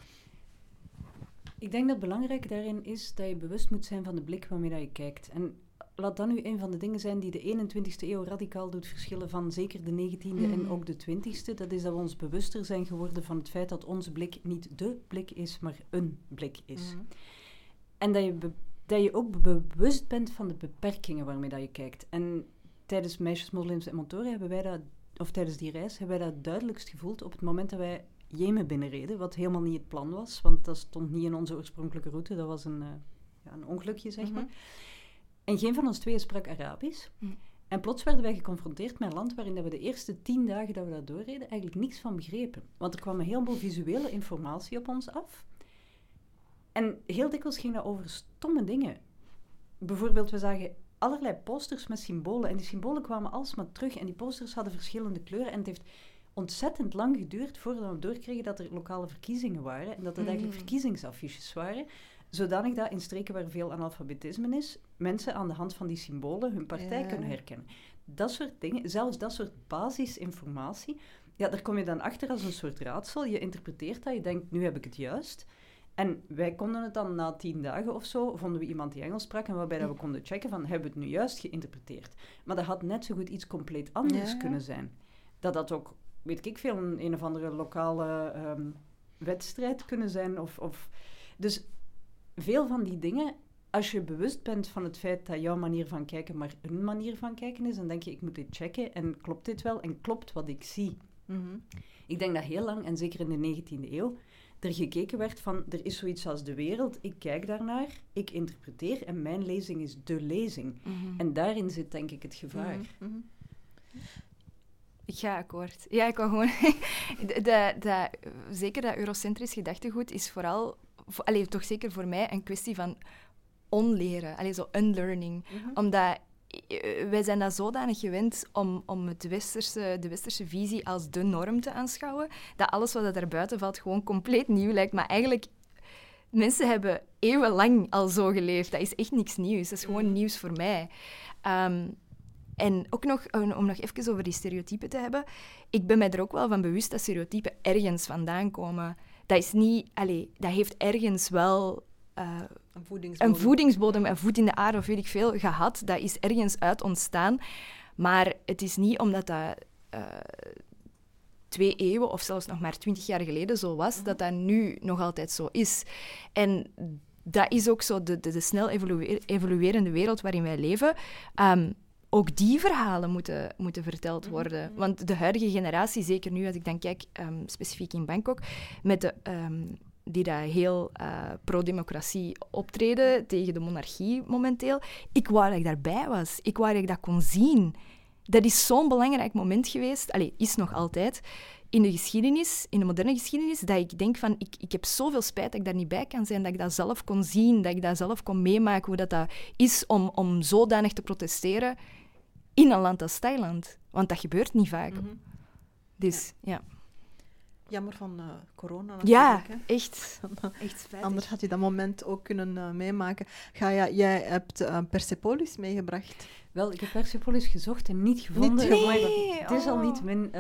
Ik denk dat het belangrijk daarin is dat je bewust moet zijn van de blik waarmee dat je kijkt. En laat dat nu een van de dingen zijn die de 21ste eeuw radicaal doet verschillen van zeker de 19e en ook de 20ste. Dat is dat we ons bewuster zijn geworden van het feit dat onze blik niet de blik is, maar een blik is. En dat je ook bewust bent van de beperkingen waarmee dat je kijkt. En tijdens Meisjes, Moslims en Motoren hebben wij dat, of tijdens die reis, hebben wij dat duidelijkst gevoeld op het moment dat wij Jemen binnenreden, wat helemaal niet het plan was, want dat stond niet in onze oorspronkelijke route. Dat was een ongelukje, zeg maar. En geen van ons tweeën sprak Arabisch. En plots werden wij geconfronteerd met een land waarin dat we de eerste 10 dagen dat we daar doorreden eigenlijk niks van begrepen. Want er kwam een heleboel visuele informatie op ons af. En heel dikwijls ging dat over stomme dingen. Bijvoorbeeld, we zagen allerlei posters met symbolen. En die symbolen kwamen alsmaar terug. En die posters hadden verschillende kleuren. En het heeft ontzettend lang geduurd voordat we doorkregen dat er lokale verkiezingen waren. En dat het eigenlijk verkiezingsaffiches waren. Zodanig dat in streken waar veel analfabetisme is, mensen aan de hand van die symbolen hun partij kunnen herkennen. Dat soort dingen, zelfs dat soort basisinformatie, daar kom je dan achter als een soort raadsel. Je interpreteert dat, je denkt, nu heb ik het juist. En wij konden het dan na 10 dagen of zo, vonden we iemand die Engels sprak en waarbij dat we konden checken van, hebben we het nu juist geïnterpreteerd? Maar dat had net zo goed iets compleet anders kunnen zijn. Dat ook, weet ik veel, een of andere lokale wedstrijd kunnen zijn. Dus veel van die dingen als je bewust bent van het feit dat jouw manier van kijken maar een manier van kijken is, dan denk je, ik moet dit checken en klopt dit wel en klopt wat ik zie. Mm-hmm. Ik denk dat heel lang, en zeker in de 19e eeuw, er gekeken werd van, er is zoiets als de wereld, ik kijk daarnaar, ik interpreteer en mijn lezing is de lezing. Mhm. En daarin zit denk ik het gevaar. Mm-hmm. Ik ga akkoord. Ja, ik wou gewoon... zeker dat eurocentrisch gedachtegoed is vooral... toch zeker voor mij een kwestie van onleren. Zo unlearning. Mm-hmm. Omdat wij zijn dat zodanig gewend om de westerse visie als de norm te aanschouwen, dat alles wat er buiten valt gewoon compleet nieuw lijkt. Maar eigenlijk, mensen hebben eeuwenlang al zo geleefd. Dat is echt niks nieuws. Dat is gewoon nieuws voor mij. En ook nog, om nog even over die stereotypen te hebben, ik ben mij er ook wel van bewust dat stereotypen ergens vandaan komen. Dat is niet... dat heeft ergens wel... een voedingsbodem, een voet in de aarde of weet ik veel, gehad. Dat is ergens uit ontstaan. Maar het is niet omdat dat 2 eeuwen of zelfs nog maar 20 jaar geleden zo was, dat dat nu nog altijd zo is. En dat is ook zo de snel evoluerende wereld waarin wij leven. Ook die verhalen moeten verteld worden. Want de huidige generatie, zeker nu als ik dan kijk, specifiek in Bangkok, met de... die daar heel pro-democratie optreden tegen de monarchie momenteel. Ik wou dat ik daarbij was. Ik wou dat ik dat kon zien. Dat is zo'n belangrijk moment geweest, is nog altijd, in de geschiedenis, in de moderne geschiedenis, dat ik denk van, ik heb zoveel spijt dat ik daar niet bij kan zijn, dat ik dat zelf kon zien, dat ik dat zelf kon meemaken, hoe dat is om zodanig te protesteren in een land als Thailand. Want dat gebeurt niet vaak. Mm-hmm. Dus, ja. Jammer van corona natuurlijk. Ja, hè. echt. Echt spijtig. Anders had je dat moment ook kunnen meemaken. Jij hebt Persepolis meegebracht. Wel, ik heb Persepolis gezocht en niet gevonden. Nee, Maar het is al oh. niet min...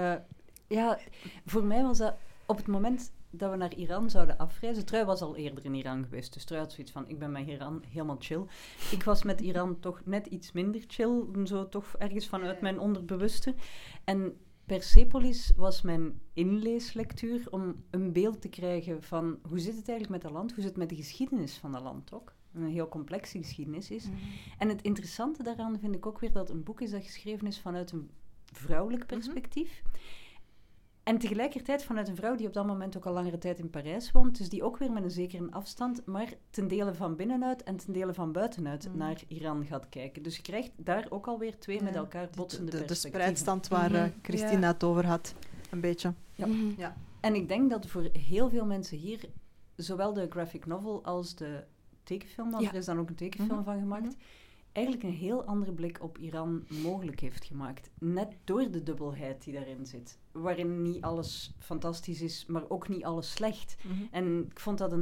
voor mij was dat op het moment dat we naar Iran zouden afreizen. Trui was al eerder in Iran geweest, dus Trui had zoiets van, ik ben met Iran helemaal chill. Ik was met Iran toch net iets minder chill, zo toch ergens vanuit mijn onderbewuste. En Persepolis was mijn inleeslectuur om een beeld te krijgen van hoe zit het eigenlijk met dat land, hoe zit het met de geschiedenis van dat land ook. Een heel complexe geschiedenis is. Mm-hmm. En het interessante daaraan vind ik ook weer dat het een boek is dat geschreven is vanuit een vrouwelijk perspectief. En tegelijkertijd vanuit een vrouw die op dat moment ook al langere tijd in Parijs woont. Dus die ook weer met een zekere afstand, maar ten dele van binnenuit en ten dele van buitenuit naar Iran gaat kijken. Dus je krijgt daar ook alweer 2 met elkaar botsende de perspectieven. spreidstand waar Christine het over had. Een beetje. Ja. Mm-hmm. Ja. En ik denk dat voor heel veel mensen hier, zowel de graphic novel als de tekenfilm, want er is dan ook een tekenfilm van gemaakt, eigenlijk een heel andere blik op Iran mogelijk heeft gemaakt. Net door de dubbelheid die daarin zit. Waarin niet alles fantastisch is, maar ook niet alles slecht. Mm-hmm. En ik vond dat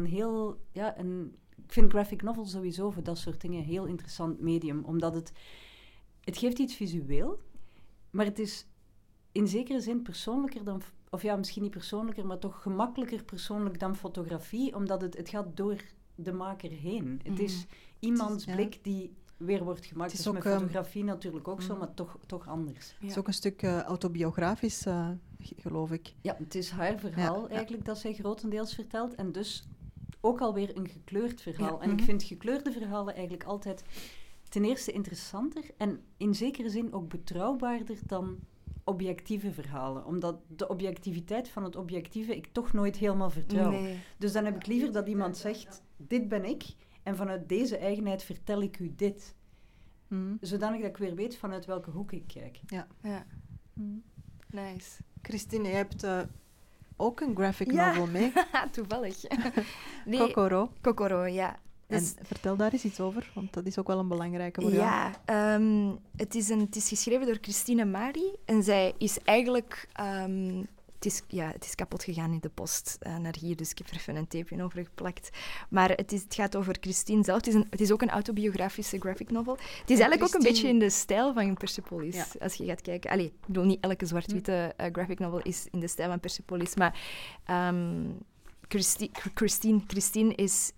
ik vind graphic novel sowieso voor dat soort dingen een heel interessant medium. Omdat het geeft iets visueel, maar het is in zekere zin persoonlijker dan... Of ja, misschien niet persoonlijker, maar toch gemakkelijker persoonlijk dan fotografie. Omdat het gaat door de maker heen. Het is iemands blik die weer wordt gemaakt. Het is met fotografie natuurlijk ook zo, maar toch anders. Het is ook een stuk autobiografisch, geloof ik. Ja, het is haar verhaal eigenlijk dat zij grotendeels vertelt. En dus ook alweer een gekleurd verhaal. En ik vind gekleurde verhalen eigenlijk altijd ten eerste interessanter en in zekere zin ook betrouwbaarder dan objectieve verhalen. Omdat de objectiviteit van het objectieve ik toch nooit helemaal vertrouw. Nee. Dus dan heb ik liever dat iemand zegt, dit ben ik en vanuit deze eigenheid vertel ik u dit. Zodanig dat ik weer weet vanuit welke hoek ik kijk. Ja. Nice. Christine, jij hebt ook een graphic novel mee. Toevallig. Kokoro. Ja. Dus, en vertel daar eens iets over, want dat is ook wel een belangrijke voor jou. Ja, het is geschreven door Christine Mari. En zij is eigenlijk... het is kapot gegaan in de post naar hier, dus ik heb er even een tapeje over geplakt. Maar het gaat over Christine zelf. Het is ook een autobiografische graphic novel. Het is eigenlijk ook een beetje in de stijl van Persepolis, als je gaat kijken. Ik bedoel, niet elke zwart-witte graphic novel is in de stijl van Persepolis, maar Christine is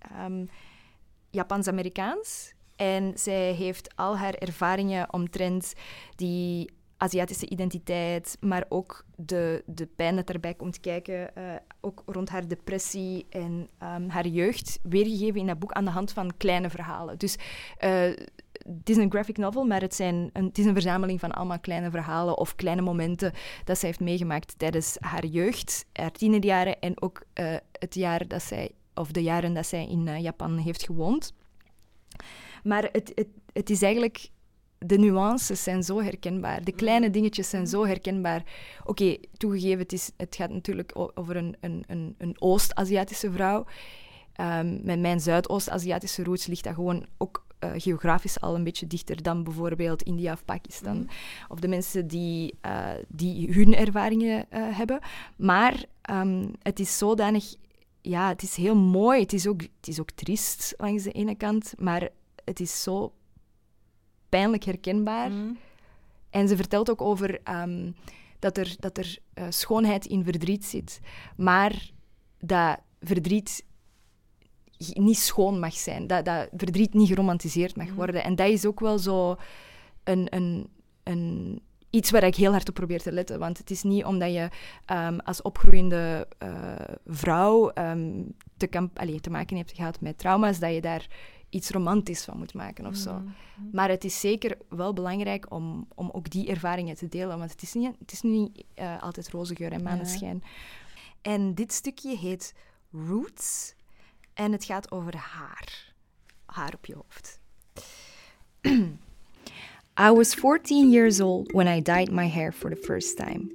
Japans-Amerikaans. En zij heeft al haar ervaringen omtrent die Aziatische identiteit, maar ook de pijn dat erbij komt kijken, ook rond haar depressie en haar jeugd, weergegeven in dat boek aan de hand van kleine verhalen. Dus het is een graphic novel, maar het is een verzameling van allemaal kleine verhalen of kleine momenten dat zij heeft meegemaakt tijdens haar jeugd, haar tienerjaren en ook de jaren dat zij in Japan heeft gewoond. Maar het is eigenlijk... De nuances zijn zo herkenbaar. De kleine dingetjes zijn zo herkenbaar. Oké, toegegeven, het gaat natuurlijk over een Oost-Aziatische vrouw. Met mijn Zuidoost-Aziatische roots ligt dat gewoon ook geografisch al een beetje dichter dan bijvoorbeeld India of Pakistan. Of de mensen die hun ervaringen hebben. Maar het is zodanig... Ja, het is heel mooi. Het is ook triest langs de ene kant, maar het is zo pijnlijk herkenbaar. En ze vertelt ook over dat er schoonheid in verdriet zit, maar dat verdriet niet schoon mag zijn, dat verdriet niet geromantiseerd mag worden. En dat is ook wel zo iets waar ik heel hard op probeer te letten. Want het is niet omdat je als opgroeiende vrouw te maken hebt gehad met trauma's, dat je daar iets romantisch van moet maken of zo. Maar het is zeker wel belangrijk om ook die ervaringen te delen, want het is niet altijd roze geur en maneschijn. En dit stukje heet Roots en het gaat over haar. Haar op je hoofd. I was 14 years old when I dyed my hair for the first time.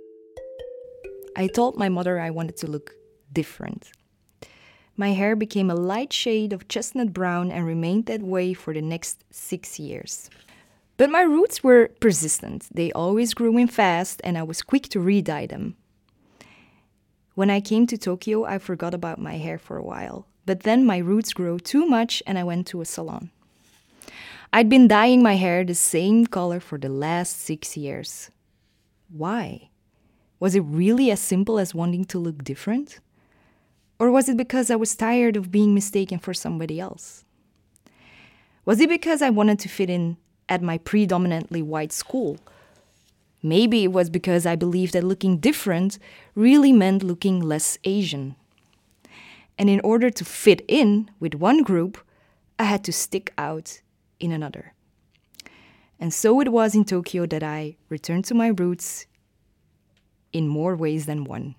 I told my mother I wanted to look different. My hair became a light shade of chestnut brown and remained that way for the next 6 years. But my roots were persistent. They always grew in fast, and I was quick to re-dye them. When I came to Tokyo, I forgot about my hair for a while. But then my roots grew too much, and I went to a salon. I'd been dyeing my hair the same color for the last 6 years. Why? Was it really as simple as wanting to look different? Or was it because I was tired of being mistaken for somebody else? Was it because I wanted to fit in at my predominantly white school? Maybe it was because I believed that looking different really meant looking less Asian. And in order to fit in with one group, I had to stick out in another. And so it was in Tokyo that I returned to my roots in more ways than one.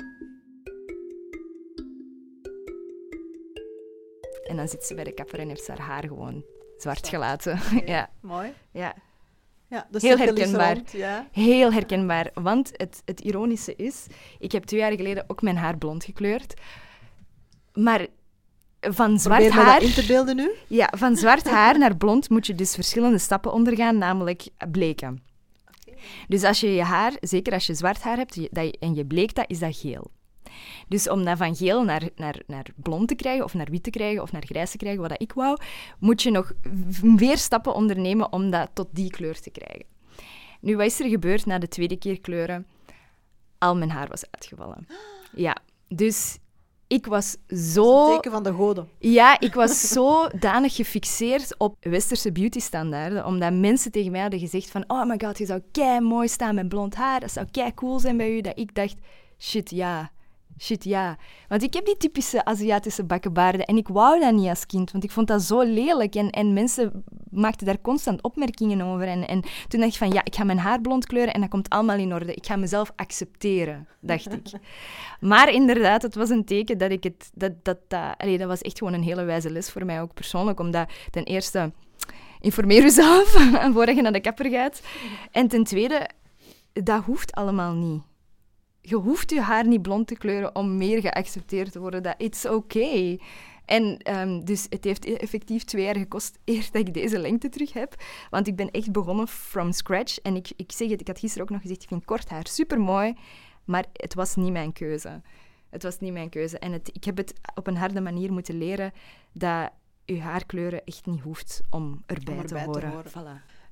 En dan zit ze bij de kapper en heeft ze haar haar gewoon zwart gelaten. Okay. Ja. Mooi. Ja. Ja, de heel herkenbaar. Rond, ja. Heel herkenbaar. Want het ironische is, ik heb 2 jaar geleden ook mijn haar blond gekleurd. Maar van zwart Probeer haar... me dat in te beelden nu? Ja, van zwart haar naar blond moet je dus verschillende stappen ondergaan, namelijk bleken. Okay. Dus als je je haar, zeker als je zwart haar hebt en je bleekt dat, is dat geel. Dus om dat van geel naar blond te krijgen, of naar wit te krijgen, of naar grijs te krijgen, wat ik wou, moet je nog meer stappen ondernemen om dat tot die kleur te krijgen. Nu, wat is er gebeurd na de 2e keer kleuren? Al mijn haar was uitgevallen. Ja, dus ik was zo... Dat is een teken van de goden. Ja, ik was zodanig gefixeerd op westerse beautystandaarden, omdat mensen tegen mij hadden gezegd van oh my god, je zou kei mooi staan met blond haar, dat zou kei cool zijn bij u, dat ik dacht, shit ja. Want ik heb die typische Aziatische bakkenbaarden en ik wou dat niet als kind, want ik vond dat zo lelijk en mensen maakten daar constant opmerkingen over. En toen dacht ik van, ja, ik ga mijn haar blond kleuren en dat komt allemaal in orde. Ik ga mezelf accepteren, dacht ik. Maar inderdaad, het was een teken dat ik het... Dat was echt gewoon een hele wijze les voor mij ook persoonlijk, omdat ten eerste, informeer jezelf voordat je naar de kapper gaat. En ten tweede, dat hoeft allemaal niet. Je hoeft je haar niet blond te kleuren om meer geaccepteerd te worden. Dat it's okay. En dus het heeft effectief 2 jaar gekost eer dat ik deze lengte terug heb. Want ik ben echt begonnen from scratch. En ik zeg het, ik had gisteren ook nog gezegd, ik vind kort haar supermooi. Maar het was niet mijn keuze. En ik heb het op een harde manier moeten leren dat je haarkleuren echt niet hoeft om erbij te horen. Voilà.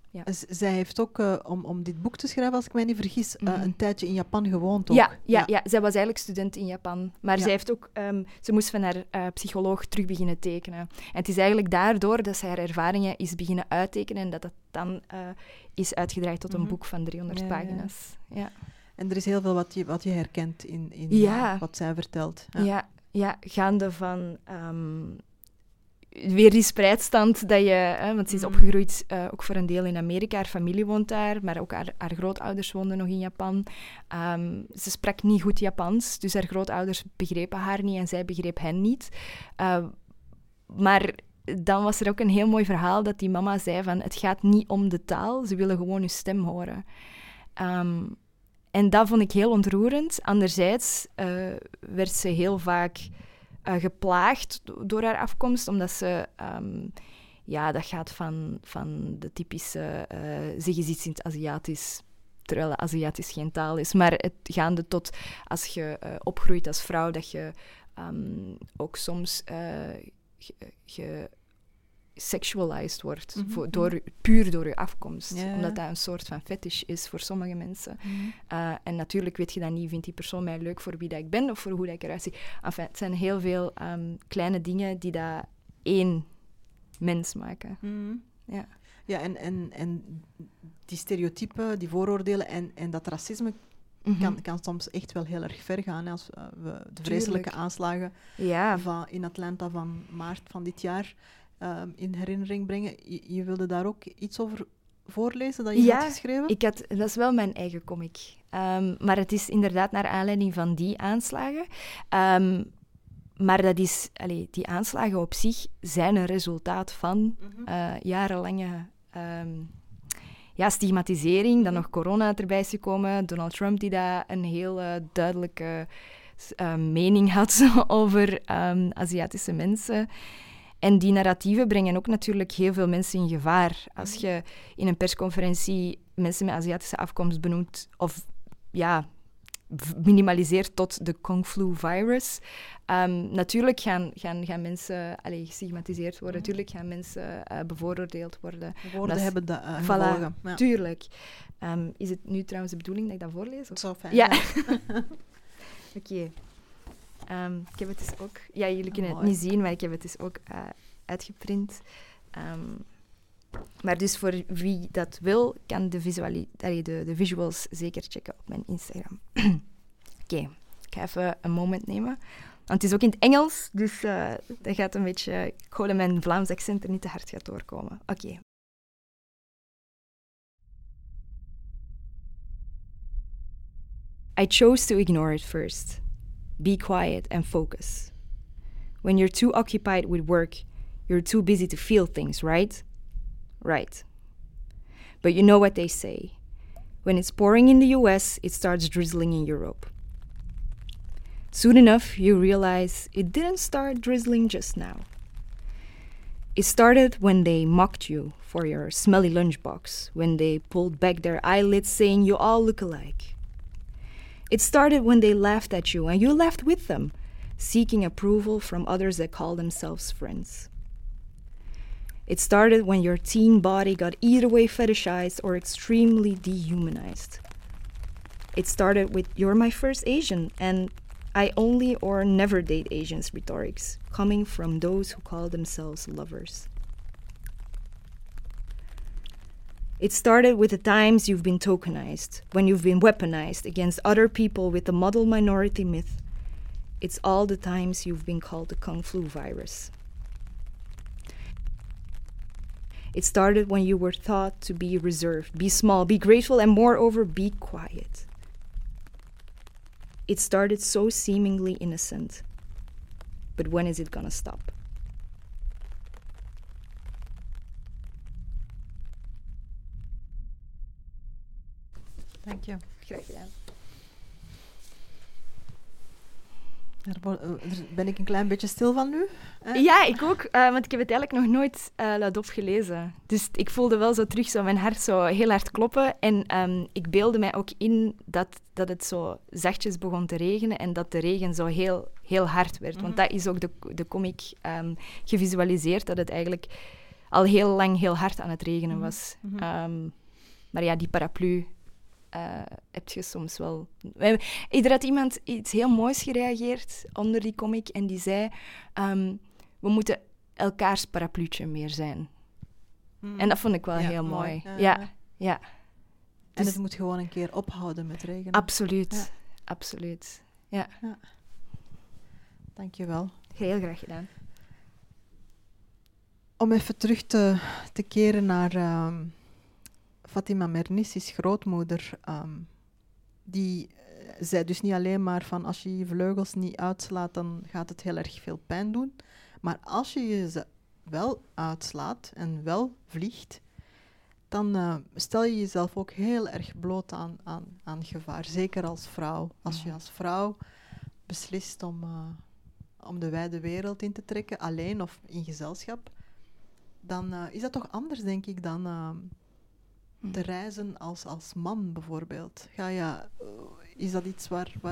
Ja. Zij heeft ook, om dit boek te schrijven, als ik mij niet vergis, een tijdje in Japan gewoond ook. Ja. Zij was eigenlijk student in Japan. Maar zij heeft ook, ze moest van haar psycholoog terug beginnen tekenen. En het is eigenlijk daardoor dat zij haar ervaringen is beginnen uittekenen en dat het dan is uitgedraaid tot een boek van 300 pagina's. Ja. En er is heel veel wat je herkent in wat zij vertelt. Ja, gaande van... weer die spreidstand dat je... want ze is opgegroeid ook voor een deel in Amerika. Haar familie woont daar, maar ook haar grootouders woonden nog in Japan. Ze sprak niet goed Japans, dus haar grootouders begrepen haar niet en zij begreep hen niet. Maar dan was er ook een heel mooi verhaal dat die mama zei van... Het gaat niet om de taal, ze willen gewoon je stem horen. En dat vond ik heel ontroerend. Anderzijds werd ze heel vaak... geplaagd door haar afkomst, omdat ze... dat gaat van de typische... zeg eens iets in het Aziatisch, terwijl Aziatisch geen taal is. Maar het gaande tot als je opgroeit als vrouw, dat je ook soms sexualized wordt, puur door je afkomst. Ja. Omdat dat een soort van fetish is voor sommige mensen. En natuurlijk weet je dan niet, vindt die persoon mij leuk voor wie dat ik ben of voor hoe dat ik eruit zie. Enfin, het zijn heel veel kleine dingen die dat één mens maken. Ja, en die stereotypen, die vooroordelen en dat racisme kan soms echt wel heel erg ver gaan. Als we de vreselijke aanslagen in Atlanta van maart van dit jaar in herinnering brengen. Je wilde daar ook iets over voorlezen dat je had geschreven? Dat is wel mijn eigen comic. Maar het is inderdaad naar aanleiding van die aanslagen. Maar dat is, die aanslagen op zich zijn een resultaat van jarenlange stigmatisering. Dan nog corona erbij is gekomen. Donald Trump die daar een heel duidelijke mening had over Aziatische mensen. En die narratieven brengen ook natuurlijk heel veel mensen in gevaar. Als je in een persconferentie mensen met Aziatische afkomst benoemt of minimaliseert tot de Kung Flu virus. Natuurlijk gaan mensen gestigmatiseerd worden. Natuurlijk gaan mensen bevooroordeeld worden. Woorden hebben de gevolgen. Ja. Tuurlijk. Is het nu trouwens de bedoeling dat ik dat voorlees? Het zou fijn zijn. Oké. Ik heb het dus ook... Ja, jullie kunnen het niet zien, maar ik heb het dus ook uitgeprint. Maar dus voor wie dat wil, kan de visuals zeker checken op mijn Instagram. Oké, ik ga even een moment nemen. Want het is ook in het Engels, dus dat gaat een beetje... Ik hoop dat mijn Vlaams accent er niet te hard gaat doorkomen. Oké. I chose to ignore it first. Be quiet and focus. When you're too occupied with work, you're too busy to feel things, right? Right. But you know what they say. When it's pouring in the US, it starts drizzling in Europe. Soon enough, you realize it didn't start drizzling just now. It started when they mocked you for your smelly lunchbox, when they pulled back their eyelids saying you all look alike. It started when they laughed at you and you laughed with them, seeking approval from others that call themselves friends. It started when your teen body got either way fetishized or extremely dehumanized. It started with "you're my first Asian" and "I only or never date Asians" rhetorics, coming from those who call themselves lovers. It started with the times you've been tokenized, when you've been weaponized against other people with the model minority myth. It's all the times you've been called the Kung Flu virus. It started when you were thought to be reserved, be small, be grateful, and moreover, be quiet. It started so seemingly innocent. But when is it gonna stop? Dank je. Graag gedaan. Daar ben ik een klein beetje stil van nu. Ja, ik ook, want ik heb het eigenlijk nog nooit luidop gelezen. Dus ik voelde wel zo terug zo mijn hart zo heel hard kloppen. En ik beelde mij ook in dat het zo zachtjes begon te regenen en dat de regen zo heel, heel hard werd. Want dat is ook de comic gevisualiseerd, dat het eigenlijk al heel lang heel hard aan het regenen was. Maar ja, die paraplu heb je soms wel... Er had iemand iets heel moois gereageerd onder die comic en die zei... we moeten elkaars parapluutje meer zijn. En dat vond ik wel heel mooi. Ja. En het moet gewoon een keer ophouden met regenen. Absoluut. Ja. Dank je wel. Heel graag gedaan. Om even terug te keren naar Fatima Mernissi's grootmoeder. Die zei dus niet alleen maar van als je je vleugels niet uitslaat, dan gaat het heel erg veel pijn doen. Maar als je ze wel uitslaat en wel vliegt, dan stel je jezelf ook heel erg bloot aan gevaar. Zeker als vrouw. Als je als vrouw beslist om de wijde wereld in te trekken, alleen of in gezelschap, dan is dat toch anders, denk ik, dan te reizen als man, bijvoorbeeld. Is dat iets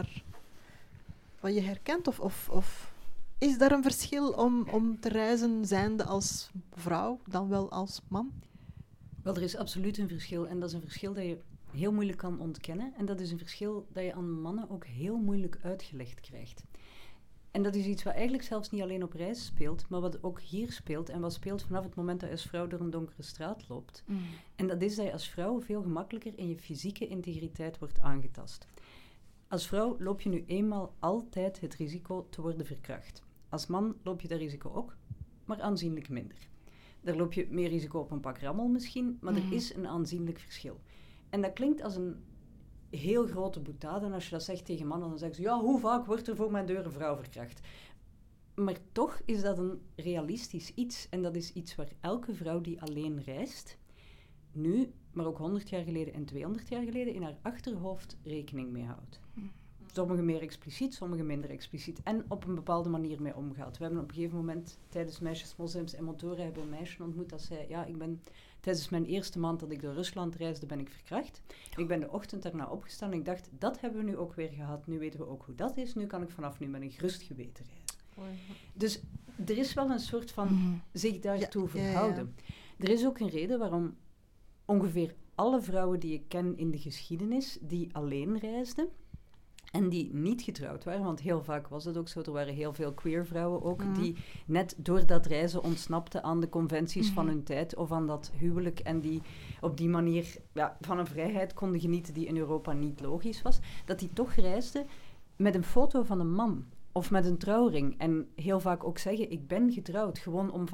wat je herkent? Of is daar een verschil om te reizen zijnde als vrouw dan wel als man? Wel, er is absoluut een verschil. En dat is een verschil dat je heel moeilijk kan ontkennen. En dat is een verschil dat je aan mannen ook heel moeilijk uitgelegd krijgt. En dat is iets wat eigenlijk zelfs niet alleen op reis speelt, maar wat ook hier speelt. En wat speelt vanaf het moment dat je als vrouw door een donkere straat loopt. En dat is dat je als vrouw veel gemakkelijker in je fysieke integriteit wordt aangetast. Als vrouw loop je nu eenmaal altijd het risico te worden verkracht. Als man loop je dat risico ook, maar aanzienlijk minder. Daar loop je meer risico op een pak rammel misschien, maar er is een aanzienlijk verschil. En dat klinkt als een heel grote boetade. En als je dat zegt tegen mannen, dan zeggen ze, ja, hoe vaak wordt er voor mijn deur een vrouw verkracht? Maar toch is dat een realistisch iets. En dat is iets waar elke vrouw die alleen reist, nu, maar ook 100 jaar geleden en 200 jaar geleden, in haar achterhoofd rekening mee houdt. Sommigen meer expliciet, sommigen minder expliciet. En op een bepaalde manier mee omgaat. We hebben op een gegeven moment tijdens Meisjes, Moslims en Motoren hebben een meisje ontmoet dat zei, ja, tijdens mijn eerste maand dat ik door Rusland reisde, ben ik verkracht. Ik ben de ochtend daarna opgestaan en ik dacht, dat hebben we nu ook weer gehad. Nu weten we ook hoe dat is. Nu kan ik vanaf nu met een gerust geweten reizen. Dus er is wel een soort van zich daartoe verhouden. Er is ook een reden waarom ongeveer alle vrouwen die ik ken in de geschiedenis, die alleen reisden, en die niet getrouwd waren, want heel vaak was het ook zo. Er waren heel veel queer vrouwen ook, die net door dat reizen ontsnapten aan de conventies van hun tijd of aan dat huwelijk en die op die manier van een vrijheid konden genieten die in Europa niet logisch was. Dat die toch reisden met een foto van een man of met een trouwring. En heel vaak ook zeggen, ik ben getrouwd, gewoon om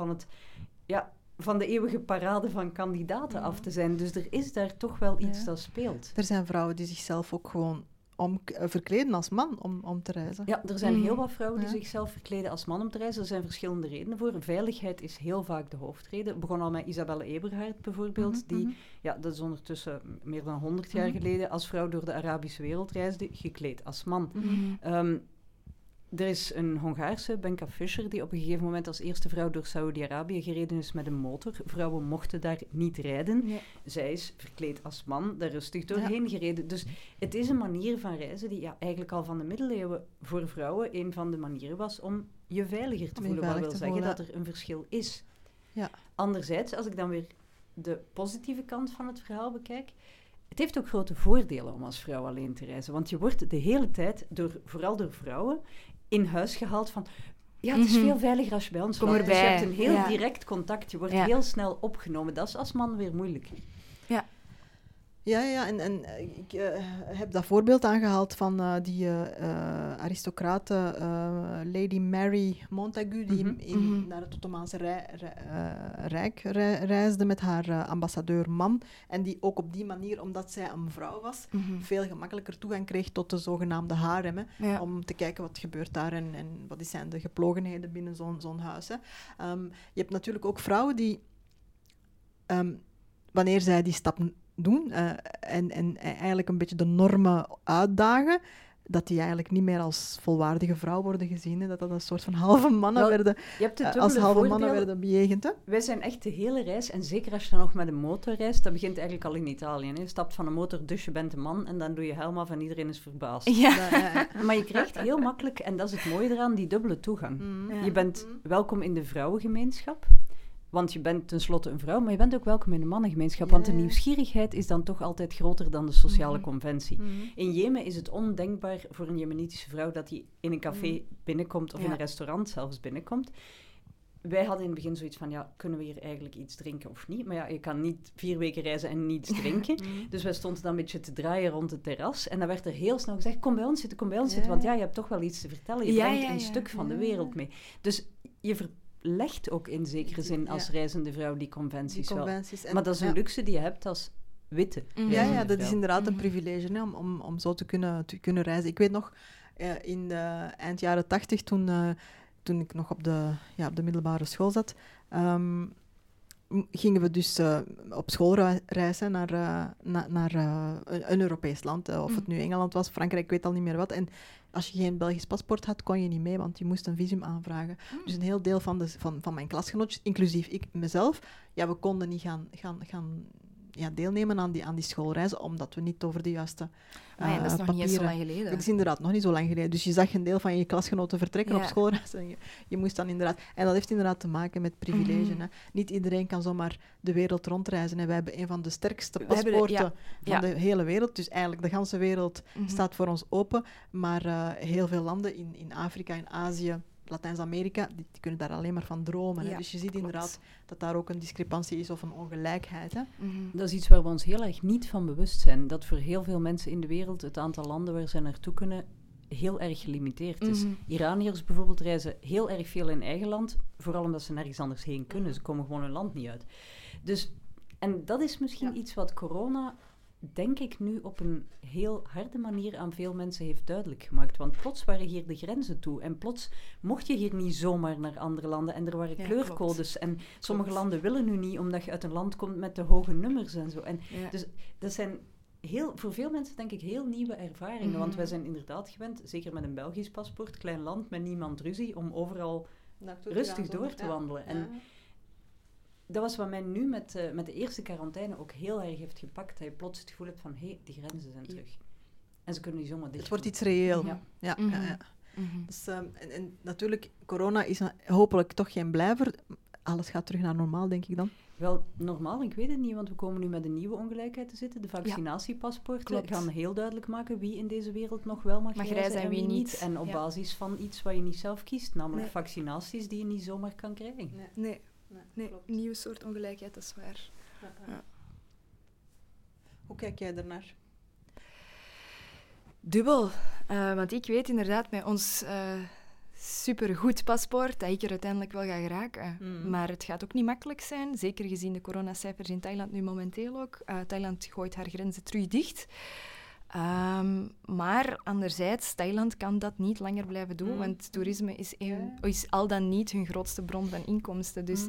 van de eeuwige parade van kandidaten af te zijn. Dus er is daar toch wel iets dat speelt. Er zijn vrouwen die zichzelf ook gewoon verkleden als man om te reizen. Ja, er zijn heel wat vrouwen die zichzelf verkleden als man om te reizen. Er zijn verschillende redenen voor. Veiligheid is heel vaak de hoofdreden. Het begon al met Isabelle Eberhard bijvoorbeeld, die, dat is ondertussen meer dan 100 jaar geleden, als vrouw door de Arabische wereld reisde, gekleed als man. Er is een Hongaarse, Benka Fischer, die op een gegeven moment als eerste vrouw door Saoedi-Arabië gereden is met een motor. Vrouwen mochten daar niet rijden. Ja. Zij is verkleed als man daar rustig doorheen gereden. Dus het is een manier van reizen die eigenlijk al van de middeleeuwen voor vrouwen een van de manieren was om je veiliger te voelen. Wat wil zeggen dat er een verschil is. Ja. Anderzijds, als ik dan weer de positieve kant van het verhaal bekijk, het heeft ook grote voordelen om als vrouw alleen te reizen. Want je wordt de hele tijd, vooral door vrouwen, in huis gehaald van, ja, het is veel veiliger als je bij ons komt. Dus je hebt een heel direct contact. Je wordt heel snel opgenomen. Dat is als man weer moeilijker. Ja. Ja, en ik heb dat voorbeeld aangehaald van die aristocrate Lady Mary Montagu, die naar het Ottomaanse Rijk reisde met haar ambassadeur-man. En die ook op die manier, omdat zij een vrouw was, veel gemakkelijker toegang kreeg tot de zogenaamde harem. Om te kijken wat gebeurt daar en wat zijn de geplogenheden binnen zo'n huis. Hè. Je hebt natuurlijk ook vrouwen die, wanneer zij die stap doen en eigenlijk een beetje de normen uitdagen, dat die eigenlijk niet meer als volwaardige vrouw worden gezien. Hè? Dat een soort van halve mannen werden, als halve mannen werden bejegend. Hè? Wij zijn echt de hele reis, en zeker als je dan nog met een motor reist, dat begint eigenlijk al in Italië. Hè? Je stapt van een motor, dus je bent een man, en dan doe je helm af en iedereen is verbaasd. Ja. Maar je krijgt heel makkelijk, en dat is het mooie eraan, die dubbele toegang. Je bent welkom in de vrouwengemeenschap, Want je bent tenslotte een vrouw, maar je bent ook welkom in de mannengemeenschap. Want de nieuwsgierigheid is dan toch altijd groter dan de sociale conventie. In Jemen is het ondenkbaar voor een Jemenitische vrouw dat hij in een café binnenkomt of in een restaurant zelfs binnenkomt. Wij hadden in het begin zoiets van, kunnen we hier eigenlijk iets drinken of niet? Maar je kan niet 4 weken reizen en niets drinken. Dus wij stonden dan een beetje te draaien rond het terras. En dan werd er heel snel gezegd, kom bij ons zitten. Want je hebt toch wel iets te vertellen. Je brengt een stuk van de wereld mee. Dus je verlegt ook in zekere zin als reizende vrouw die conventies wel. Maar dat is een luxe die je hebt als witte. Ja, dat is inderdaad een privilege, hè, om zo te kunnen reizen. Ik weet nog, in de eind jaren 80, toen ik nog op de middelbare school zat, gingen we dus op schoolreizen naar een Europees land. Of het nu Engeland was, Frankrijk, ik weet al niet meer wat. En als je geen Belgisch paspoort had, kon je niet mee, want je moest een visum aanvragen. Dus een heel deel van mijn klasgenootjes, inclusief ik mezelf, we konden niet gaan deelnemen aan die schoolreizen, omdat we niet over de juiste dat is nog papieren... niet eens zo lang geleden. Dat is inderdaad nog niet zo lang geleden. Dus je zag een deel van je klasgenoten vertrekken op schoolreizen. En je moest dan inderdaad... En dat heeft inderdaad te maken met privilege. Hè. Niet iedereen kan zomaar de wereld rondreizen. En wij hebben een van de sterkste paspoorten van de hele wereld. Dus eigenlijk de ganse wereld staat voor ons open. Maar heel veel landen in Afrika, in Azië, Latijns-Amerika, die kunnen daar alleen maar van dromen. Hè? Dus je ziet inderdaad dat daar ook een discrepantie is of een ongelijkheid. Hè? Dat is iets waar we ons heel erg niet van bewust zijn. Dat voor heel veel mensen in de wereld het aantal landen waar ze naartoe kunnen heel erg gelimiteerd is. Iraniërs bijvoorbeeld reizen heel erg veel in eigen land, vooral omdat ze nergens anders heen kunnen. Ze komen gewoon hun land niet uit. Dus, en dat is misschien iets wat corona, denk ik, nu op een heel harde manier aan veel mensen heeft duidelijk gemaakt. Want plots waren hier de grenzen toe. En plots mocht je hier niet zomaar naar andere landen. En er waren kleurcodes. En sommige landen willen nu niet, omdat je uit een land komt met de hoge nummers en zo. En dus dat zijn voor veel mensen, denk ik, heel nieuwe ervaringen. Want wij zijn inderdaad gewend, zeker met een Belgisch paspoort, klein land, met niemand ruzie, om overal rustig door te wandelen. En dat was wat mij nu met de eerste quarantaine ook heel erg heeft gepakt. Dat je plots het gevoel hebt van, die grenzen zijn terug. En ze kunnen niet zomaar dicht. Het wordt iets reëel. Ja. Dus, en natuurlijk, corona is hopelijk toch geen blijver. Alles gaat terug naar normaal, denk ik dan. Wel, normaal, ik weet het niet, want we komen nu met een nieuwe ongelijkheid te zitten. De vaccinatiepaspoorten gaan heel duidelijk maken wie in deze wereld nog wel mag reizen en wie niet. En op basis van iets wat je niet zelf kiest, namelijk vaccinaties die je niet zomaar kan krijgen. Nee, nieuwe soort ongelijkheid, dat is waar. Ja. Hoe kijk jij ernaar? Dubbel. Want ik weet inderdaad met ons supergoed paspoort dat ik er uiteindelijk wel ga geraken. Maar het gaat ook niet makkelijk zijn, zeker gezien de coronacijfers in Thailand nu momenteel ook. Thailand gooit haar grenzen terug dicht. Maar anderzijds, Thailand kan dat niet langer blijven doen, want toerisme is al dan niet hun grootste bron van inkomsten. Dus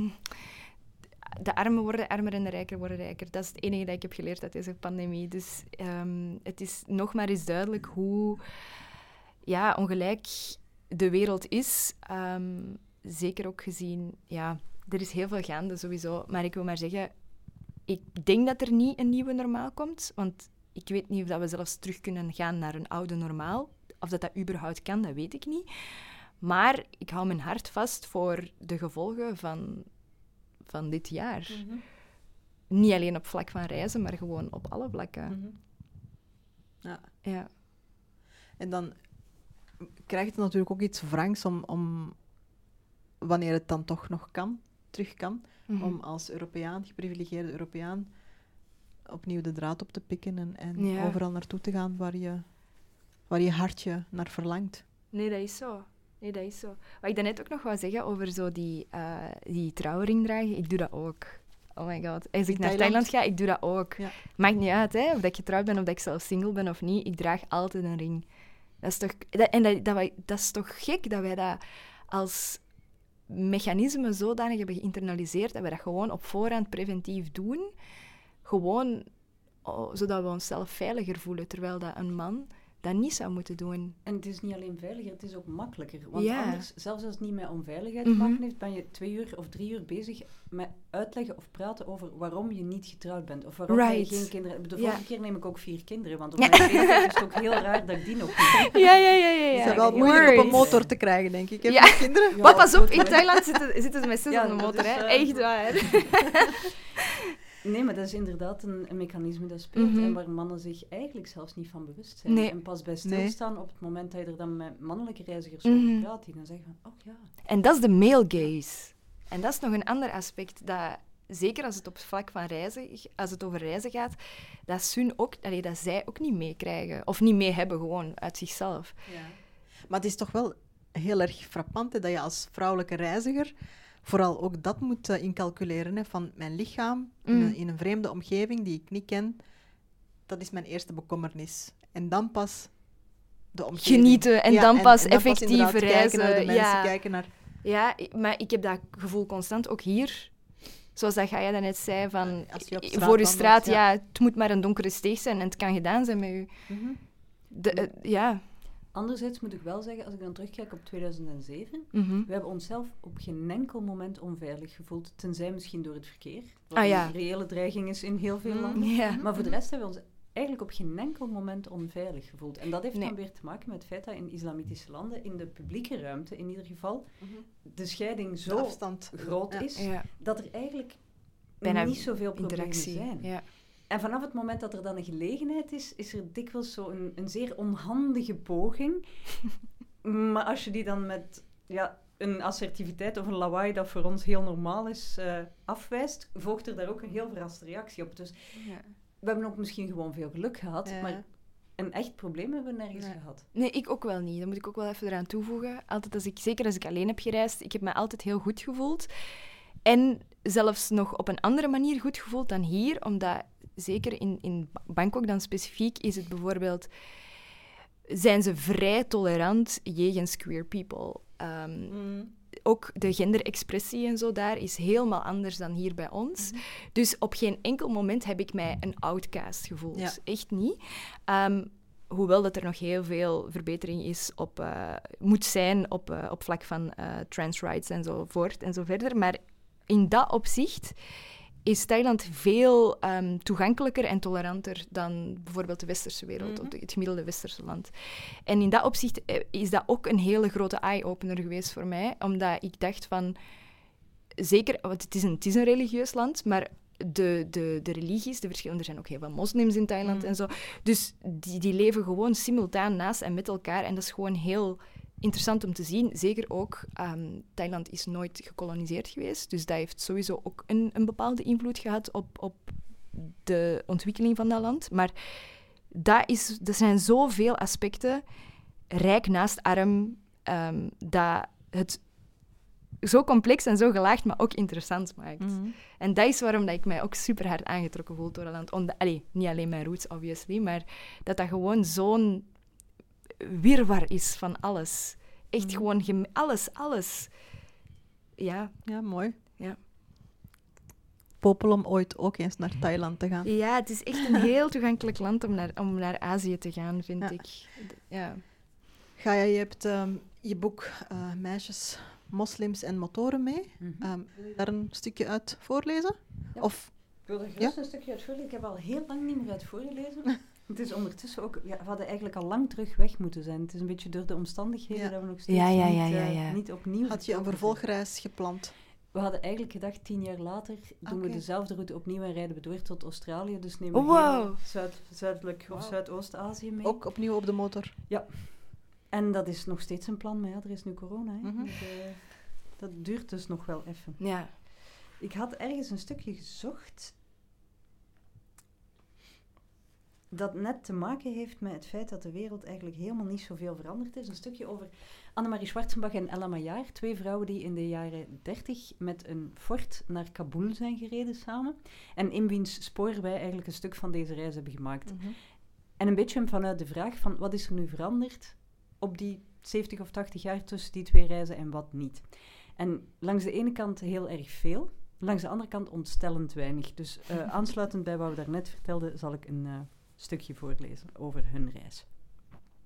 de armen worden armer en de rijken worden rijker. Dat is het enige dat ik heb geleerd uit deze pandemie. Dus het is nog maar eens duidelijk hoe ongelijk de wereld is. Zeker ook gezien, er is heel veel gaande sowieso. Maar ik wil maar zeggen, ik denk dat er niet een nieuwe normaal komt, want ik weet niet of dat we zelfs terug kunnen gaan naar een oude normaal. Of dat überhaupt kan, dat weet ik niet. Maar ik hou mijn hart vast voor de gevolgen van dit jaar. Niet alleen op vlak van reizen, maar gewoon op alle vlakken. Ja. En dan krijgt het natuurlijk ook iets wrangs om wanneer het dan toch nog terug kan, om als Europeaan, geprivilegeerde Europeaan, opnieuw de draad op te pikken en overal naartoe te gaan waar je hartje naar verlangt. Nee, dat is zo. Wat ik daarnet ook nog wou zeggen over zo die trouwring dragen, ik doe dat ook. Oh my god. Als ik naar Thailand ga, ik doe dat ook. Ja. Maakt niet uit, hè, of dat ik getrouwd ben, of dat ik zelf single ben of niet. Ik draag altijd een ring. Dat is toch... Dat is toch gek dat wij dat als mechanisme zodanig hebben geïnternaliseerd, dat we dat gewoon op voorhand preventief doen. Gewoon zodat we onszelf veiliger voelen. Terwijl dat een man dat niet zou moeten doen. En het is niet alleen veiliger, het is ook makkelijker. Want Ja. anders, zelfs als het niet met onveiligheid te maken heeft, ben je 2 uur of 3 uur bezig met uitleggen of praten over waarom je niet getrouwd bent. Of waarom je geen kinderen hebt. De vorige keer neem ik ook 4 kinderen, want op mijn 40 is het ook heel raar dat ik die nog niet heb. Ja. Het is wel moeilijk op een motor te krijgen, denk ik. Heb je kinderen? Ja, maar pas op, in Thailand zitten ze met 6 op de motor, is, hè. Echt waar. Nee, maar dat is inderdaad een mechanisme dat speelt en waar mannen zich eigenlijk zelfs niet van bewust zijn. Nee. En pas bij stilstaan op het moment dat je er dan met mannelijke reizigers over praat, die dan zeggen van, oh ja. En dat is de male gaze. En dat is nog een ander aspect dat, zeker als het op het vlak van reizen, als het over reizen gaat, dat zij ook niet meekrijgen. Of niet mee hebben, gewoon uit zichzelf. Ja. Maar het is toch wel heel erg frappant hè, dat je als vrouwelijke reiziger vooral ook dat moet incalculeren. Hè, van mijn lichaam in een vreemde omgeving die ik niet ken, dat is mijn eerste bekommernis. En dan pas de omgeving. Genieten en dan pas en effectief inderdaad reizen. Kijken naar de mensen, Ja. kijken naar... Ja, maar ik heb dat gevoel constant, ook hier. Zoals dat Gaia daarnet zei, van Als je op straat voor je wandelt, straat, ja. het moet maar een donkere steeg zijn en het kan gedaan zijn met u. Ja. Anderzijds moet ik wel zeggen, als ik dan terugkijk op 2007, Mhm. we hebben onszelf op geen enkel moment onveilig gevoeld, tenzij misschien door het verkeer, wat ja. een reële dreiging is in heel veel landen. Ja. Maar voor de rest hebben we ons eigenlijk op geen enkel moment onveilig gevoeld. En dat heeft Nee. dan weer te maken met het feit dat in islamitische landen, in de publieke ruimte in ieder geval, de scheiding De zo afstand. groot Ja. is, Ja. dat er eigenlijk Bijna niet zoveel problemen Interactie. zijn. Ja. En vanaf het moment dat er dan een gelegenheid is er dikwijls zo een zeer onhandige poging. Maar als je die dan met een assertiviteit of een lawaai dat voor ons heel normaal is afwijst, volgt er daar ook een heel verraste reactie op. Dus Ja. we hebben ook misschien gewoon veel geluk gehad, Ja. maar een echt probleem hebben we nergens gehad. Nee, ik ook wel niet. Dat moet ik ook wel even eraan toevoegen. Altijd zeker als ik alleen heb gereisd, ik heb me altijd heel goed gevoeld. En zelfs nog op een andere manier goed gevoeld dan hier, omdat zeker in Bangkok dan specifiek is het bijvoorbeeld, zijn ze vrij tolerant jegens queer people. Ook de genderexpressie en zo daar is helemaal anders dan hier bij ons. Dus op geen enkel moment heb ik mij een outcast gevoeld. Ja. Echt niet. Hoewel dat er nog heel veel verbetering is moet zijn op vlak van trans rights enzovoort en zo verder. Maar in dat opzicht is Thailand veel toegankelijker en toleranter dan bijvoorbeeld de westerse wereld, of het gemiddelde westerse land. En in dat opzicht is dat ook een hele grote eye-opener geweest voor mij, omdat ik dacht van, zeker, want het is een religieus land, maar de religies, de verschillende, er zijn ook heel veel moslims in Thailand en zo, dus die leven gewoon simultaan naast en met elkaar en dat is gewoon heel interessant om te zien. Zeker ook, Thailand is nooit gekoloniseerd geweest, dus dat heeft sowieso ook een bepaalde invloed gehad op de ontwikkeling van dat land. Maar er zijn zoveel aspecten, rijk naast arm, dat het zo complex en zo gelaagd, maar ook interessant maakt. En dat is waarom dat ik mij ook super hard aangetrokken voel door het land. Niet alleen mijn roots, obviously, maar dat gewoon zo'n wirwar is van alles. Echt gewoon alles. Ja. Ja, mooi. Ja. Popel om ooit ook eens naar Thailand te gaan. Ja, het is echt een heel toegankelijk land om naar Azië te gaan, vind ik. Ja. Gaia, je hebt je boek Meisjes, Moslims en Motoren mee. Wil je daar een stukje uit voorlezen? Ja. Of, Ik wil er gerust een stukje uit voorlezen. Ik heb al heel lang niet meer uit voorgelezen. Het is ondertussen ook... Ja, we hadden eigenlijk al lang terug weg moeten zijn. Het is een beetje door de omstandigheden dat we nog steeds niet opnieuw... had je een vervolgreis gepland? We hadden eigenlijk gedacht, 10 jaar later doen we dezelfde route opnieuw en rijden we door tot Australië. Dus nemen we heel zuidelijk of Zuidoost-Azië mee. Ook opnieuw op de motor? Ja. En dat is nog steeds een plan, maar ja, er is nu corona. Hè. Dus, dat duurt dus nog wel even. Ja. Ik had ergens een stukje gezocht dat net te maken heeft met het feit dat de wereld eigenlijk helemaal niet zoveel veranderd is. Een stukje over Annemarie Schwarzenbach en Ella Maillard, 2 vrouwen die in de jaren 30 met een Ford naar Kabul zijn gereden samen. En in wiens spoor wij eigenlijk een stuk van deze reis hebben gemaakt. En een beetje vanuit de vraag van wat is er nu veranderd op die 70 of 80 jaar tussen die 2 reizen en wat niet. En langs de ene kant heel erg veel, langs de andere kant ontstellend weinig. Dus aansluitend bij wat we daarnet vertelden, zal ik een stukje voorlezen over hun reis.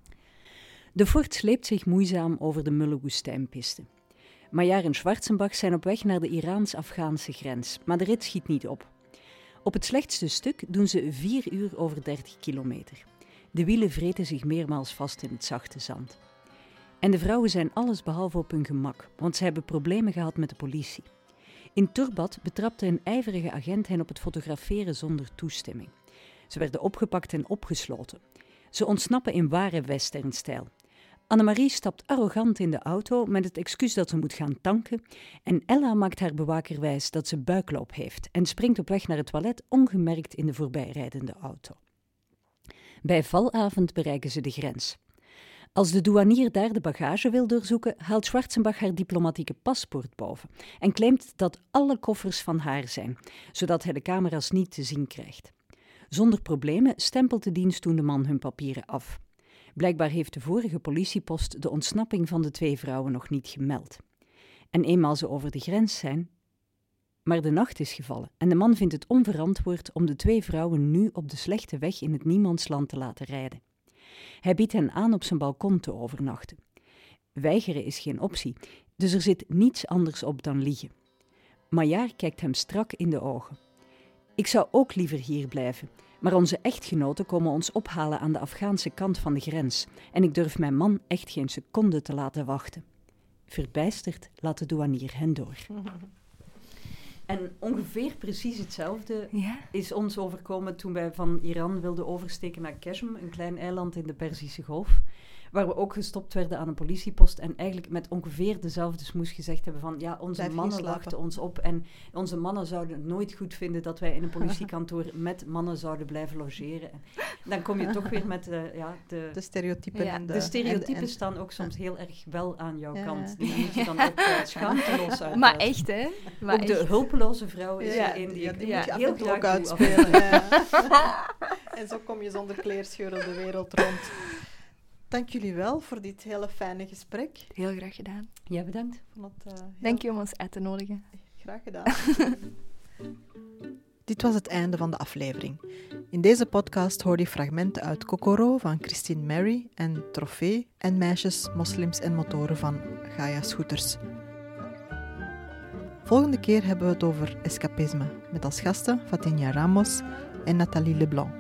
De Ford sleept zich moeizaam over de mulle woestijnpiste. Maillard en Schwarzenbach zijn op weg naar de Iraans-Afghaanse grens, maar de rit schiet niet op. Op het slechtste stuk doen ze 4 uur over 30 kilometer. De wielen vreten zich meermaals vast in het zachte zand. En de vrouwen zijn allesbehalve op hun gemak, want ze hebben problemen gehad met de politie. In Turbat betrapte een ijverige agent hen op het fotograferen zonder toestemming. Ze werden opgepakt en opgesloten. Ze ontsnappen in ware westernstijl. Annemarie stapt arrogant in de auto met het excuus dat ze moet gaan tanken en Ella maakt haar bewaker wijs dat ze buikloop heeft en springt op weg naar het toilet ongemerkt in de voorbijrijdende auto. Bij valavond bereiken ze de grens. Als de douanier daar de bagage wil doorzoeken, haalt Schwarzenbach haar diplomatieke paspoort boven en claimt dat alle koffers van haar zijn, zodat hij de camera's niet te zien krijgt. Zonder problemen stempelt de dienstdoende man hun papieren af. Blijkbaar heeft de vorige politiepost de ontsnapping van de 2 vrouwen nog niet gemeld. En eenmaal ze over de grens zijn... Maar de nacht is gevallen en de man vindt het onverantwoord om de 2 vrouwen nu op de slechte weg in het niemandsland te laten rijden. Hij biedt hen aan op zijn balkon te overnachten. Weigeren is geen optie, dus er zit niets anders op dan liegen. Maillard kijkt hem strak in de ogen. Ik zou ook liever hier blijven, maar onze echtgenoten komen ons ophalen aan de Afghaanse kant van de grens en ik durf mijn man echt geen seconde te laten wachten. Verbijsterd laat de douanier hen door. En ongeveer precies hetzelfde is ons overkomen toen wij van Iran wilden oversteken naar Keshm, een klein eiland in de Perzische Golf, waar we ook gestopt werden aan een politiepost en eigenlijk met ongeveer dezelfde smoes gezegd hebben van ja, onze mannen wachten ons op en onze mannen zouden het nooit goed vinden dat wij in een politiekantoor met mannen zouden blijven logeren. En dan kom je toch weer met de stereotypen. Ja, de stereotypen staan ook soms heel erg wel aan jouw kant. Die moet je dan ook schaamteloos uit. Maar echt, hè? Maar ook echt. de hulpeloze vrouw is er een die moet je heel graag ook uitspelen. En zo kom je zonder kleerscheuren de wereld rond. Dank jullie wel voor dit hele fijne gesprek. Heel graag gedaan. Ja, bedankt. Dank je om ons uit te nodigen. Graag gedaan. Dit was het einde van de aflevering. In deze podcast hoorde je fragmenten uit Kokoro van Christine Mary en Trofee en Meisjes, Moslims en Motoren van Gaia Scooters. Volgende keer hebben we het over escapisme, met als gasten Fatinha Ramos en Nathalie Leblanc.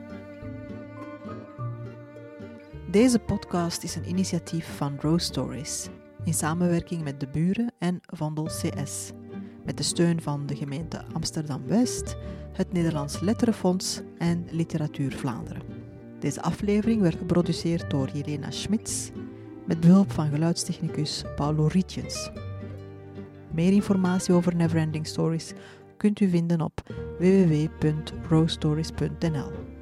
Deze podcast is een initiatief van Rose Stories, in samenwerking met De Buren en Vondel CS, met de steun van de gemeente Amsterdam-West, het Nederlands Letterenfonds en Literatuur Vlaanderen. Deze aflevering werd geproduceerd door Jelena Schmitz, met behulp van geluidstechnicus Paulo Rietjens. Meer informatie over Neverending Stories kunt u vinden op www.rosestories.nl.